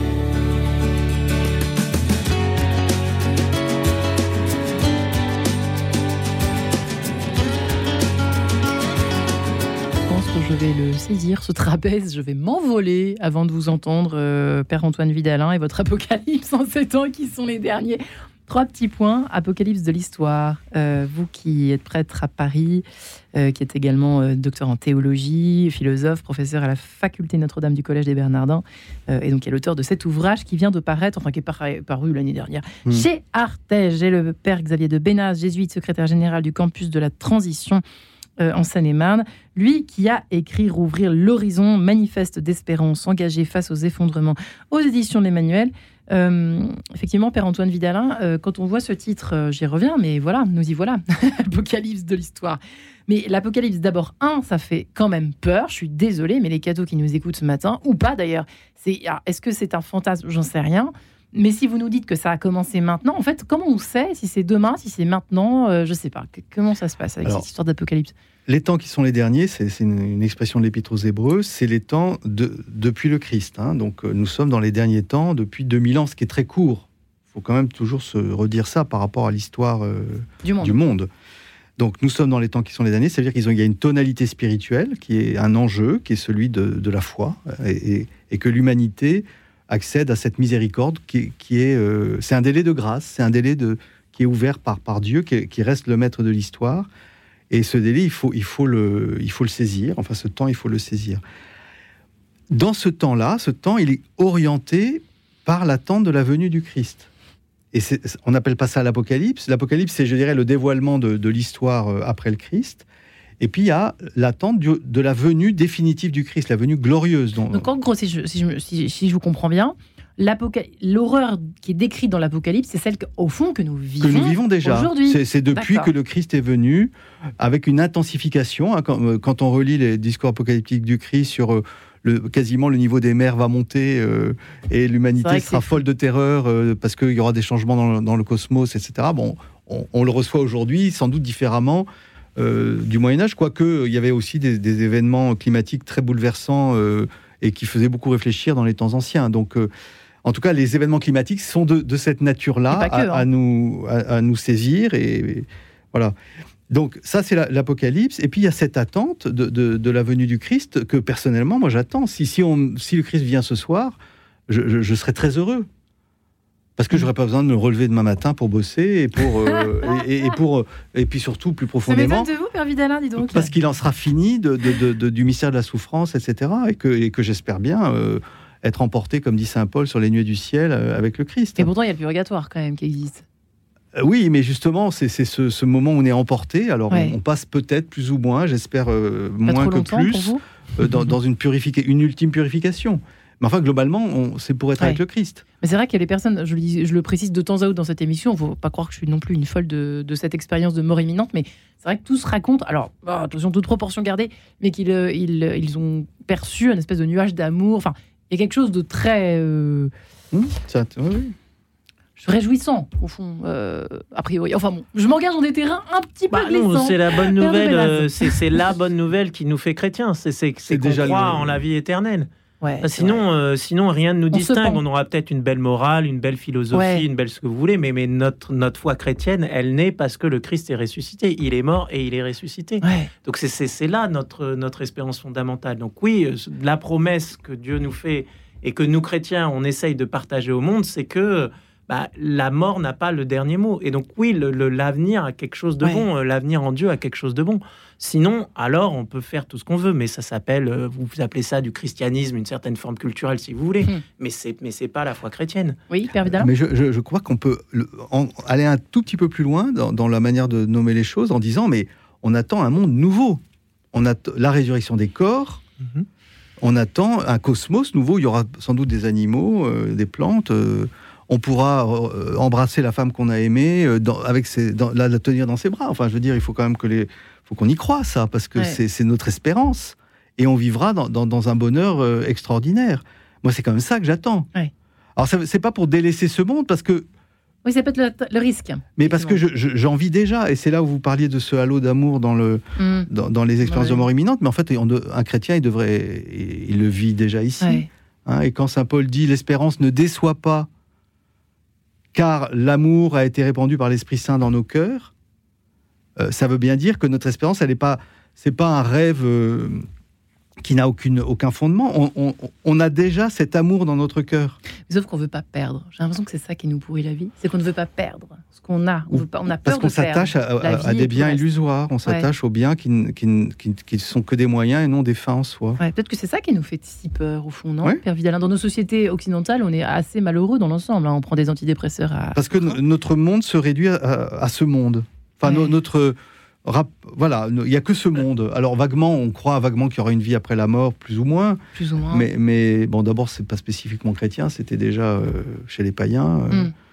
Je vais le saisir, ce trapèze, je vais m'envoler avant de vous entendre, Père Antoine Vidalin et votre Apocalypse en 7 ans qui sont les derniers. 3 petits points, Apocalypse de l'histoire. Vous qui êtes prêtre à Paris, qui êtes également docteur en théologie, philosophe, professeur à la faculté Notre-Dame du Collège des Bernardins, et donc qui est l'auteur de cet ouvrage qui vient de paraître, enfin qui est paru l'année dernière, chez Artege. J'ai le Père Xavier de Bénaz, jésuite, secrétaire général du campus de la Transition, en Seine-et-Marne, lui qui a écrit Rouvrir l'horizon, manifeste d'espérance engagé face aux effondrements aux éditions de l'Emmanuel. Effectivement, Père Antoine Vidalin, quand on voit ce titre, j'y reviens, mais voilà, nous y voilà, Apocalypse de l'histoire. Mais l'Apocalypse, d'abord, ça fait quand même peur, je suis désolée, mais les cathos qui nous écoutent ce matin, ou pas d'ailleurs, est-ce que c'est un fantasme? J'en sais rien. Mais si vous nous dites que ça a commencé maintenant, en fait, comment on sait si c'est demain, si c'est maintenant, je ne sais pas. Comment ça se passe avec cette histoire d'Apocalypse? Les temps qui sont les derniers, c'est une expression de l'Épître aux Hébreux, c'est les temps depuis le Christ. Donc nous sommes dans les derniers temps depuis 2000 ans, ce qui est très court. Il faut quand même toujours se redire ça par rapport à l'histoire du monde. Donc nous sommes dans les temps qui sont les derniers, c'est-à-dire qu'il y a une tonalité spirituelle qui est un enjeu, qui est celui de la foi, et que l'humanité accède à cette miséricorde qui est... c'est un délai de grâce, c'est un délai qui est ouvert par Dieu, qui reste le maître de l'histoire. Et ce délai, il faut le saisir. Enfin, ce temps, il faut le saisir. Dans ce temps-là, il est orienté par l'attente de la venue du Christ. Et on n'appelle pas ça l'Apocalypse. L'Apocalypse, c'est, je dirais, le dévoilement de l'histoire après le Christ. Et puis, il y a l'attente de la venue définitive du Christ, la venue glorieuse. Donc, en gros, si je vous comprends bien, l'horreur qui est décrite dans l'Apocalypse, c'est celle au fond que nous vivons déjà aujourd'hui. C'est depuis que le Christ est venu, avec une intensification. Quand on relit les discours apocalyptiques du Christ sur quasiment le niveau des mers va monter et l'humanité sera folle de terreur parce qu'il y aura des changements dans le cosmos, etc. Bon, on le reçoit aujourd'hui sans doute différemment du Moyen-Âge, quoique il y avait aussi des événements climatiques très bouleversants et qui faisaient beaucoup réfléchir dans les temps anciens. Donc, en tout cas, les événements climatiques sont de cette nature-là à nous saisir. Et voilà. Donc, ça, c'est l'Apocalypse. Et puis, il y a cette attente de la venue du Christ que, personnellement, moi, j'attends. Si le Christ vient ce soir, je serai très heureux. Parce que je n'aurai pas besoin de me relever demain matin pour bosser et puis surtout, plus profondément... Ça m'étonne de vous, Père Vidalin, dis donc. Parce qu'il en sera fini du mystère de la souffrance, etc. Et que j'espère bien être emporté, comme dit saint Paul, sur les nuées du ciel avec le Christ. Et pourtant, il y a le purgatoire quand même qui existe. Oui, mais justement, c'est ce moment où on est emporté. Alors, on passe peut-être plus ou moins, j'espère moins que plus, dans une ultime purification. Mais enfin, globalement, c'est pour être avec le Christ. Mais c'est vrai qu'il y a des personnes, je le précise de temps à autre dans cette émission, il ne faut pas croire que je suis non plus une folle de cette expérience de mort imminente, mais c'est vrai que tous racontent, alors, attention, toute proportion gardée, mais qu'ils ont perçu un espèce de nuage d'amour. Enfin, il y a quelque chose de très... oui. Réjouissant, au fond, a priori. Enfin bon, je m'engage dans des terrains un petit peu glissants. C'est la bonne nouvelle, c'est la bonne nouvelle qui nous fait chrétiens, c'est qu'on croit en la vie éternelle. Ouais, sinon, rien ne nous distingue. On aura peut-être une belle morale, une belle philosophie, une belle ce que vous voulez, mais notre foi chrétienne, elle naît parce que le Christ est ressuscité. Il est mort et il est ressuscité. Ouais. Donc c'est là notre espérance fondamentale. Donc oui, la promesse que Dieu nous fait et que nous, chrétiens, on essaye de partager au monde, c'est que la mort n'a pas le dernier mot. Et donc oui, l'avenir a quelque chose de bon. L'avenir en Dieu a quelque chose de bon. Sinon, alors, on peut faire tout ce qu'on veut. Mais ça s'appelle, vous appelez ça du christianisme, une certaine forme culturelle, si vous voulez. Mais c'est pas la foi chrétienne. Oui, Père Vidalin. Mais je crois qu'on peut aller un tout petit peu plus loin dans la manière de nommer les choses en disant, mais on attend un monde nouveau. On a la résurrection des corps. On attend un cosmos nouveau. Il y aura sans doute des animaux, des plantes... on pourra embrasser la femme qu'on a aimée, la tenir dans ses bras. Enfin, je veux dire, il faut quand même faut qu'on y croie, ça, parce que c'est notre espérance. Et on vivra dans un bonheur extraordinaire. Moi, c'est quand même ça que j'attends. Ouais. Alors, c'est pas pour délaisser ce monde, parce que... Oui, ça peut être le risque. Mais parce que j'en vis déjà. Et c'est là où vous parliez de ce halo d'amour dans les expériences de mort imminente. Mais en fait, un chrétien, il le vit déjà ici. Ouais. Et quand saint Paul dit « l'espérance ne déçoit pas », car l'amour a été répandu par l'Esprit Saint dans nos cœurs, ça veut bien dire que notre espérance, c'est pas un rêve qui n'a aucun fondement. On a déjà cet amour dans notre cœur. Sauf qu'on veut pas perdre. J'ai l'impression que c'est ça qui nous pourrit la vie. C'est qu'on ne veut pas perdre ce qu'on a. On a peur de perdre. Parce qu'on s'attache à des biens illusoires. On s'attache aux biens qui sont que des moyens et non des fins en soi. Ouais, peut-être que c'est ça qui nous fait si peur, au fond, non, Père Vidalin? Dans nos sociétés occidentales, on est assez malheureux dans l'ensemble. On prend des antidépresseurs Parce que notre monde se réduit à ce monde. Enfin, voilà, il n'y a que ce monde. Alors vaguement, on croit vaguement qu'il y aura une vie après la mort, plus ou moins. Plus ou moins. Mais bon, d'abord, c'est pas spécifiquement chrétien, c'était déjà chez les païens.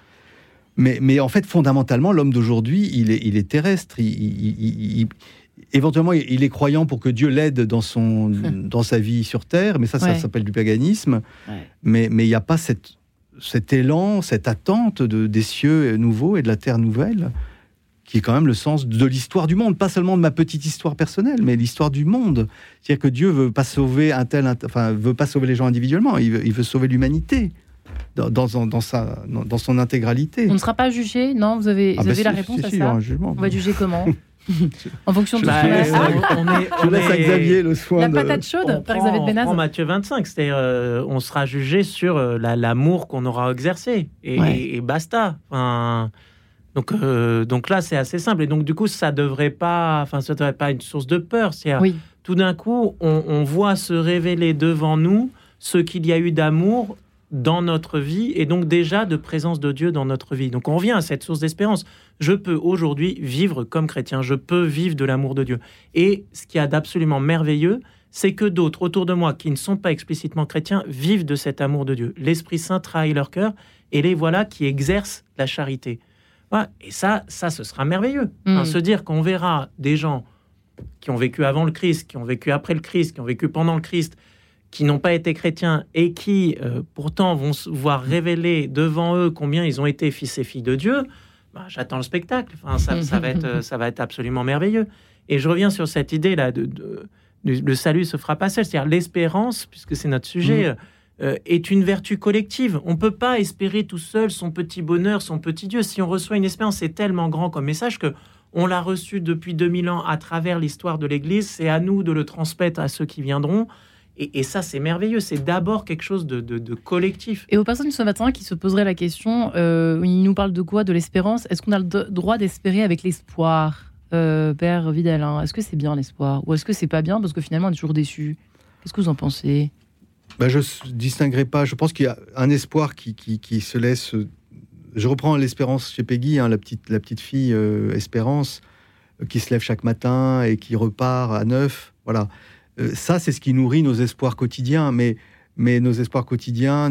Mais en fait, fondamentalement, l'homme d'aujourd'hui, il est terrestre. Éventuellement, il est croyant pour que Dieu l'aide dans sa vie sur Terre, mais ça s'appelle du paganisme. Ouais. Mais il n'y a pas cet élan, cette attente des cieux nouveaux et de la terre nouvelle, qui est quand même le sens de l'histoire du monde, pas seulement de ma petite histoire personnelle, mais l'histoire du monde. C'est-à-dire que Dieu veut pas sauver veut pas sauver les gens individuellement, il veut sauver l'humanité dans son intégralité. On ne sera pas jugé, non? Vous avez la réponse à ça? On va juger comment? En fonction de je laisse à Xavier le soin la patate chaude par Elisabeth Benaz. On prend Matthieu 25, c'est-à-dire on sera jugé sur l'amour qu'on aura exercé et basta. Donc là, c'est assez simple. Et donc, du coup, ça devrait pas une source de peur. Tout d'un coup, on voit se révéler devant nous ce qu'il y a eu d'amour dans notre vie et donc déjà de présence de Dieu dans notre vie. Donc, on revient à cette source d'espérance. Je peux aujourd'hui vivre comme chrétien. Je peux vivre de l'amour de Dieu. Et ce qu'il y a d'absolument merveilleux, c'est que d'autres autour de moi qui ne sont pas explicitement chrétiens vivent de cet amour de Dieu. L'Esprit Saint trahit leur cœur et les voilà qui exercent la charité. Voilà. Et ça, ce sera merveilleux. Se dire qu'on verra des gens qui ont vécu avant le Christ, qui ont vécu après le Christ, qui ont vécu pendant le Christ, qui n'ont pas été chrétiens et qui, pourtant, vont se voir révéler devant eux combien ils ont été fils et filles de Dieu, j'attends le spectacle. Enfin, ça va être absolument merveilleux. Et je reviens sur cette idée-là le salut se fera pas seul. C'est-à-dire l'espérance, puisque c'est notre sujet, est une vertu collective. On ne peut pas espérer tout seul son petit bonheur, son petit Dieu. Si on reçoit une espérance, c'est tellement grand comme message que on l'a reçu depuis 2000 ans à travers l'histoire de l'Église. C'est à nous de le transmettre à ceux qui viendront. Et ça, c'est merveilleux. C'est d'abord quelque chose de collectif. Et aux personnes ce matin qui se poseraient la question, il nous parle de quoi? De l'espérance. Est-ce qu'on a le droit d'espérer avec l'espoir, Père Vidal, hein? Est-ce que c'est bien l'espoir? Ou est-ce que c'est pas bien parce que finalement on est toujours déçu? Qu'est-ce que vous en pensez? Je ne distinguerai pas. Je pense qu'il y a un espoir qui se laisse... Je reprends l'espérance chez Peggy, hein, la petite fille Espérance, qui se lève chaque matin et qui repart à 9. Voilà. Ça, c'est ce qui nourrit nos espoirs quotidiens. Mais nos espoirs quotidiens,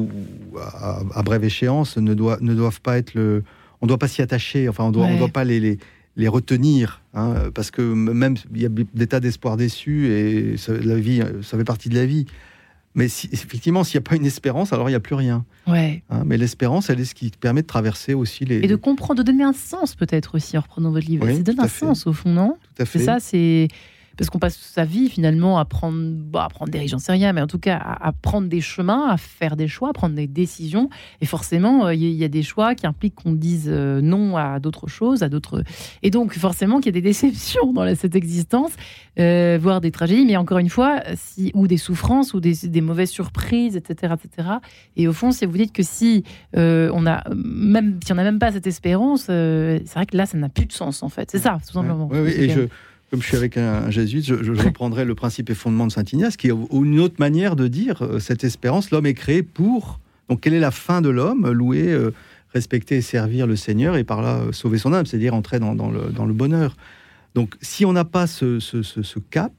à brève échéance, ne doivent pas être on ne doit pas s'y attacher. Enfin, on doit pas les retenir. Hein, parce que même, il y a des tas d'espoirs déçus et la vie, ça fait partie de la vie. Mais effectivement, s'il n'y a pas une espérance, alors il n'y a plus rien. Ouais. Hein, mais l'espérance, elle est ce qui permet de traverser aussi les... Et de comprendre, de donner un sens peut-être aussi en reprenant votre livre. Oui, c'est donner un sens au fond, non? Tout à fait. C'est ça, c'est... Parce qu'on passe sa vie finalement à prendre des risques, j'en sais rien, mais en tout cas à prendre des chemins, à faire des choix, à prendre des décisions. Et forcément, il y a des choix qui impliquent qu'on dise non à d'autres choses, à d'autres. Et donc forcément qu'il y a des déceptions dans cette existence, voire des tragédies. Mais encore une fois, ou des souffrances, ou des mauvaises surprises, etc., etc. Et au fond, si vous dites que si on a même pas cette espérance, c'est vrai que là, ça n'a plus de sens en fait. C'est ça, tout simplement. Oui, et comme je suis avec un jésuite, je reprendrai le principe et fondement de Saint Ignace, qui est une autre manière de dire cette espérance. L'homme est créé pour... Donc, quelle est la fin de l'homme? Louer, respecter et servir le Seigneur, et par là sauver son âme, c'est-à-dire entrer dans le bonheur. Donc, si on n'a pas ce cap,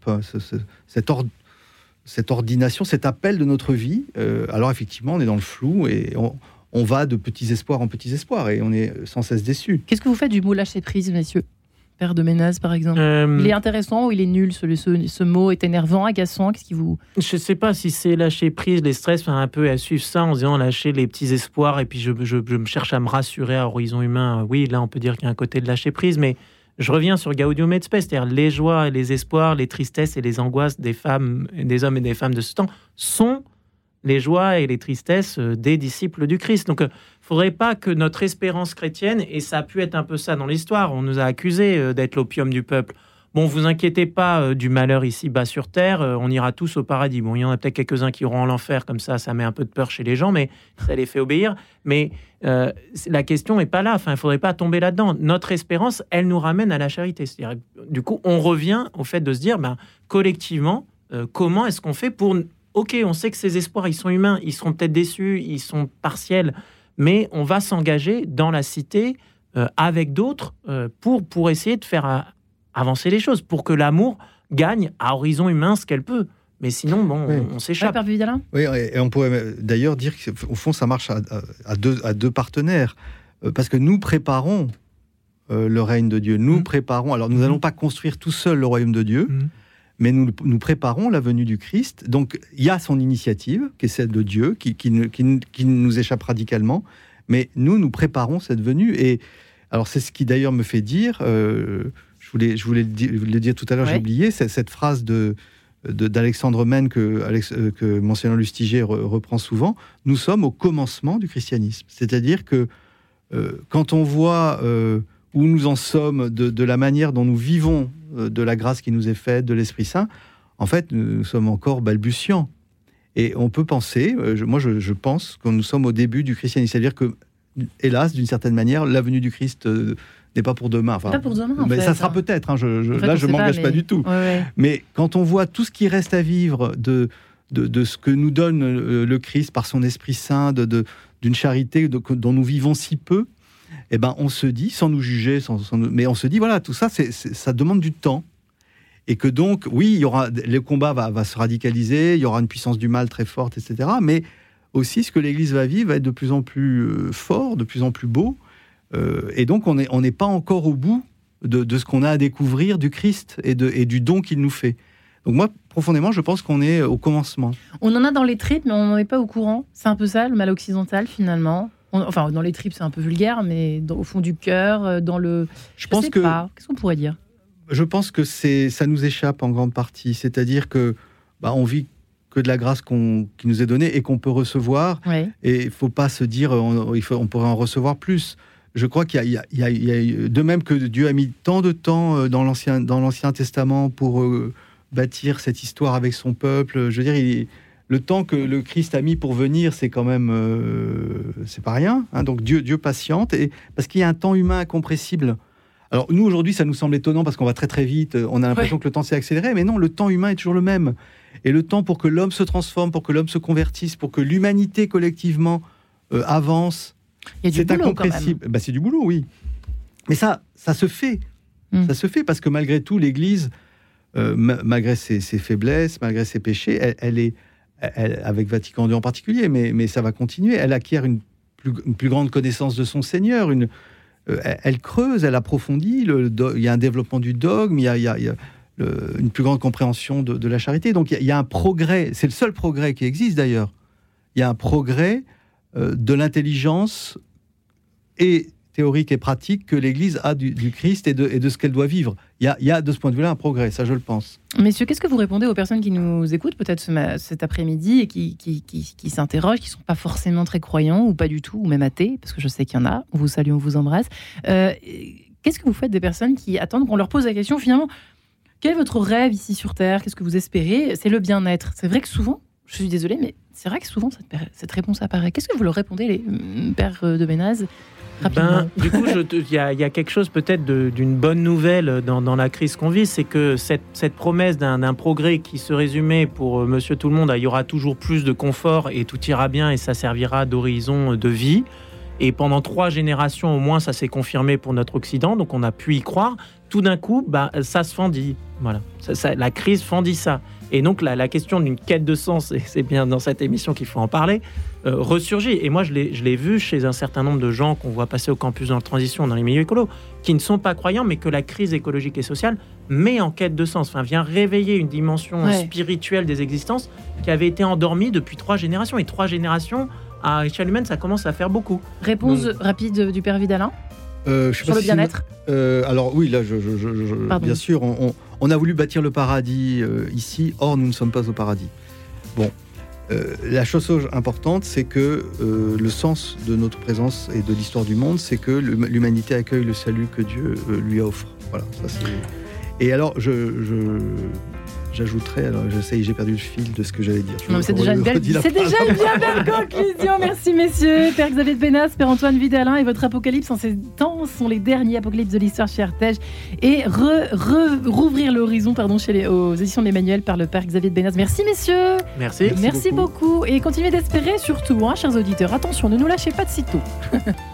cette ordination, cet appel de notre vie, alors effectivement, on est dans le flou et on va de petits espoirs en petits espoirs, et on est sans cesse déçu. Qu'est-ce que vous faites du mot lâcher prise, messieurs? Père de Ménaz, par exemple. Il est intéressant ou il est nul? Ce mot est énervant, agaçant? Qu'est-ce qui vous... Je ne sais pas si c'est lâcher prise, les stress, un peu à suivre ça en disant lâcher les petits espoirs, et puis je me cherche à me rassurer à horizon humain. Oui, là, on peut dire qu'il y a un côté de lâcher prise, mais je reviens sur Gaudium et Spes, c'est-à-dire les joies et les espoirs, les tristesses et les angoisses des femmes, des hommes et des femmes de ce temps sont les joies et les tristesses des disciples du Christ. Donc, faudrait pas que notre espérance chrétienne, et ça a pu être un peu ça dans l'histoire, on nous a accusés d'être l'opium du peuple. Bon, vous inquiétez pas du malheur ici-bas sur terre, on ira tous au paradis. Bon, il y en a peut-être quelques-uns qui iront en l'enfer, comme ça met un peu de peur chez les gens, mais ça les fait obéir. Mais la question n'est pas là, il faudrait pas tomber là-dedans. Notre espérance, elle nous ramène à la charité. C'est-à-dire, du coup, on revient au fait de se dire, collectivement, comment est-ce qu'on fait pour... Ok, on sait que ces espoirs, ils sont humains, ils seront peut-être déçus, ils sont partiels, mais on va s'engager dans la cité avec d'autres pour essayer de faire avancer les choses, pour que l'amour gagne à horizon humain ce qu'elle peut. Mais sinon, on s'échappe. Oui, et on pourrait d'ailleurs dire qu'au fond, ça marche à deux partenaires, parce que nous préparons le règne de Dieu. Nous préparons. Alors, nous n'allons pas construire tout seul le royaume de Dieu, mais nous préparons la venue du Christ. Donc, il y a son initiative, qui est celle de Dieu, qui nous échappe radicalement, mais nous préparons cette venue. Et alors, c'est ce qui d'ailleurs me fait dire, je voulais le dire tout à l'heure, j'ai oublié, cette phrase d'Alexandre Mène que Monseigneur Lustiger reprend souvent, nous sommes au commencement du christianisme. C'est-à-dire que quand on voit où nous en sommes de la manière dont nous vivons de la grâce qui nous est faite, de l'Esprit Saint, en fait, nous sommes encore balbutiants. Et on peut penser, je pense que nous sommes au début du christianisme. C'est-à-dire que, hélas, d'une certaine manière, la venue du Christ n'est pas pour demain. Pas pour demain, en fait. Ça sera hein. peut-être. Là, je ne m'engage pas du tout. Ouais. Mais quand on voit tout ce qui reste à vivre de ce que nous donne le Christ par son Esprit Saint, d'une charité dont nous vivons si peu, eh ben, on se dit, sans nous juger, mais on se dit, voilà, tout ça, ça demande du temps. Et que donc, oui, le combat va se radicaliser, il y aura une puissance du mal très forte, etc. Mais aussi, ce que l'Église va vivre va être de plus en plus fort, de plus en plus beau. Et donc, on n'est pas encore au bout de ce qu'on a à découvrir du Christ et du don qu'il nous fait. Donc moi, profondément, je pense qu'on est au commencement. On en a dans les tripes, mais on n'en est pas au courant. C'est un peu ça, le mal occidental, finalement. Enfin, dans les tripes, c'est un peu vulgaire, mais au fond du cœur, dans le... Je pense que... Qu'est-ce qu'on pourrait dire ? Je pense que ça nous échappe en grande partie. C'est-à-dire que on vit que de la grâce qui nous est donnée et qu'on peut recevoir. Oui. Et il ne faut pas se dire on pourrait en recevoir plus. Je crois qu'il y a de même que Dieu a mis tant de temps dans l'Ancien Testament pour bâtir cette histoire avec son peuple. Je veux dire, le temps que le Christ a mis pour venir, c'est quand même c'est pas rien. Hein. Donc Dieu patiente, parce qu'il y a un temps humain incompressible. Alors nous, aujourd'hui, ça nous semble étonnant parce qu'on va très très vite, on a l'impression que le temps s'est accéléré, mais non, le temps humain est toujours le même. Et le temps pour que l'homme se transforme, pour que l'homme se convertisse, pour que l'humanité collectivement avance, c'est incompressible. C'est du boulot, oui. Mais ça se fait. Ça se fait parce que malgré tout, l'Église, malgré ses faiblesses, malgré ses péchés, elle est, avec Vatican II en particulier, mais ça va continuer, elle acquiert une plus grande connaissance de son Seigneur, elle creuse, elle approfondit, il y a un développement du dogme, il y a une plus grande compréhension de la charité. Donc il y a un progrès, c'est le seul progrès qui existe d'ailleurs. Il y a un progrès de l'intelligence et théorique et pratique que l'Église a du Christ et de ce qu'elle doit vivre. Il y a de ce point de vue-là un progrès, ça je le pense. Messieurs, qu'est-ce que vous répondez aux personnes qui nous écoutent peut-être cet après-midi et qui s'interrogent, qui ne sont pas forcément très croyants ou pas du tout, ou même athées, parce que je sais qu'il y en a, on vous salue, on vous embrasse. Qu'est-ce que vous faites des personnes qui attendent qu'on leur pose la question finalement, quel est votre rêve ici sur Terre ? Qu'est-ce que vous espérez ? C'est le bien-être. C'est vrai que souvent, je suis désolée, mais c'est vrai que souvent cette réponse apparaît. Qu'est-ce que vous leur répondez, les pères de Bénaz ? Du coup, il y a quelque chose peut-être d'une bonne nouvelle dans la crise qu'on vit, c'est que cette promesse d'un progrès qui se résumait pour Monsieur Tout-le-Monde, il y aura toujours plus de confort et tout ira bien et ça servira d'horizon de vie. Et pendant 3 générations au moins, ça s'est confirmé pour notre Occident, donc on a pu y croire. Tout d'un coup, ça se fendit. Voilà. La crise fendit ça. Et donc la question d'une quête de sens, et c'est bien dans cette émission qu'il faut en parler, ressurgit. Et moi, je l'ai vu chez un certain nombre de gens qu'on voit passer au campus dans la transition, dans les milieux écolos, qui ne sont pas croyants, mais que la crise écologique et sociale met en quête de sens, vient réveiller une dimension spirituelle des existences qui avait été endormie depuis 3 générations. Et 3 générations, à échelle humaine, ça commence à faire beaucoup. Réponse rapide du père Vidalin sur le bien-être. Alors oui, là, bien sûr, on a voulu bâtir le paradis ici, or nous ne sommes pas au paradis. Bon, la chose importante, c'est que le sens de notre présence et de l'histoire du monde, c'est que l'humanité accueille le salut que Dieu lui offre. Voilà, ça c'est... Et alors, j'ajouterais, alors j'ai perdu le fil de ce que j'allais dire. C'est déjà une bien belle conclusion. Merci messieurs. Père Xavier de Bénaz, Père Antoine Vidalin, et votre apocalypse en ces temps sont les derniers apocalypses de l'histoire chez Artege. Et rouvrir l'horizon aux éditions de l'Emmanuel par le Père Xavier de Bénaz. Merci messieurs. Merci beaucoup. Et continuez d'espérer surtout, chers auditeurs. Attention, ne nous lâchez pas de sitôt.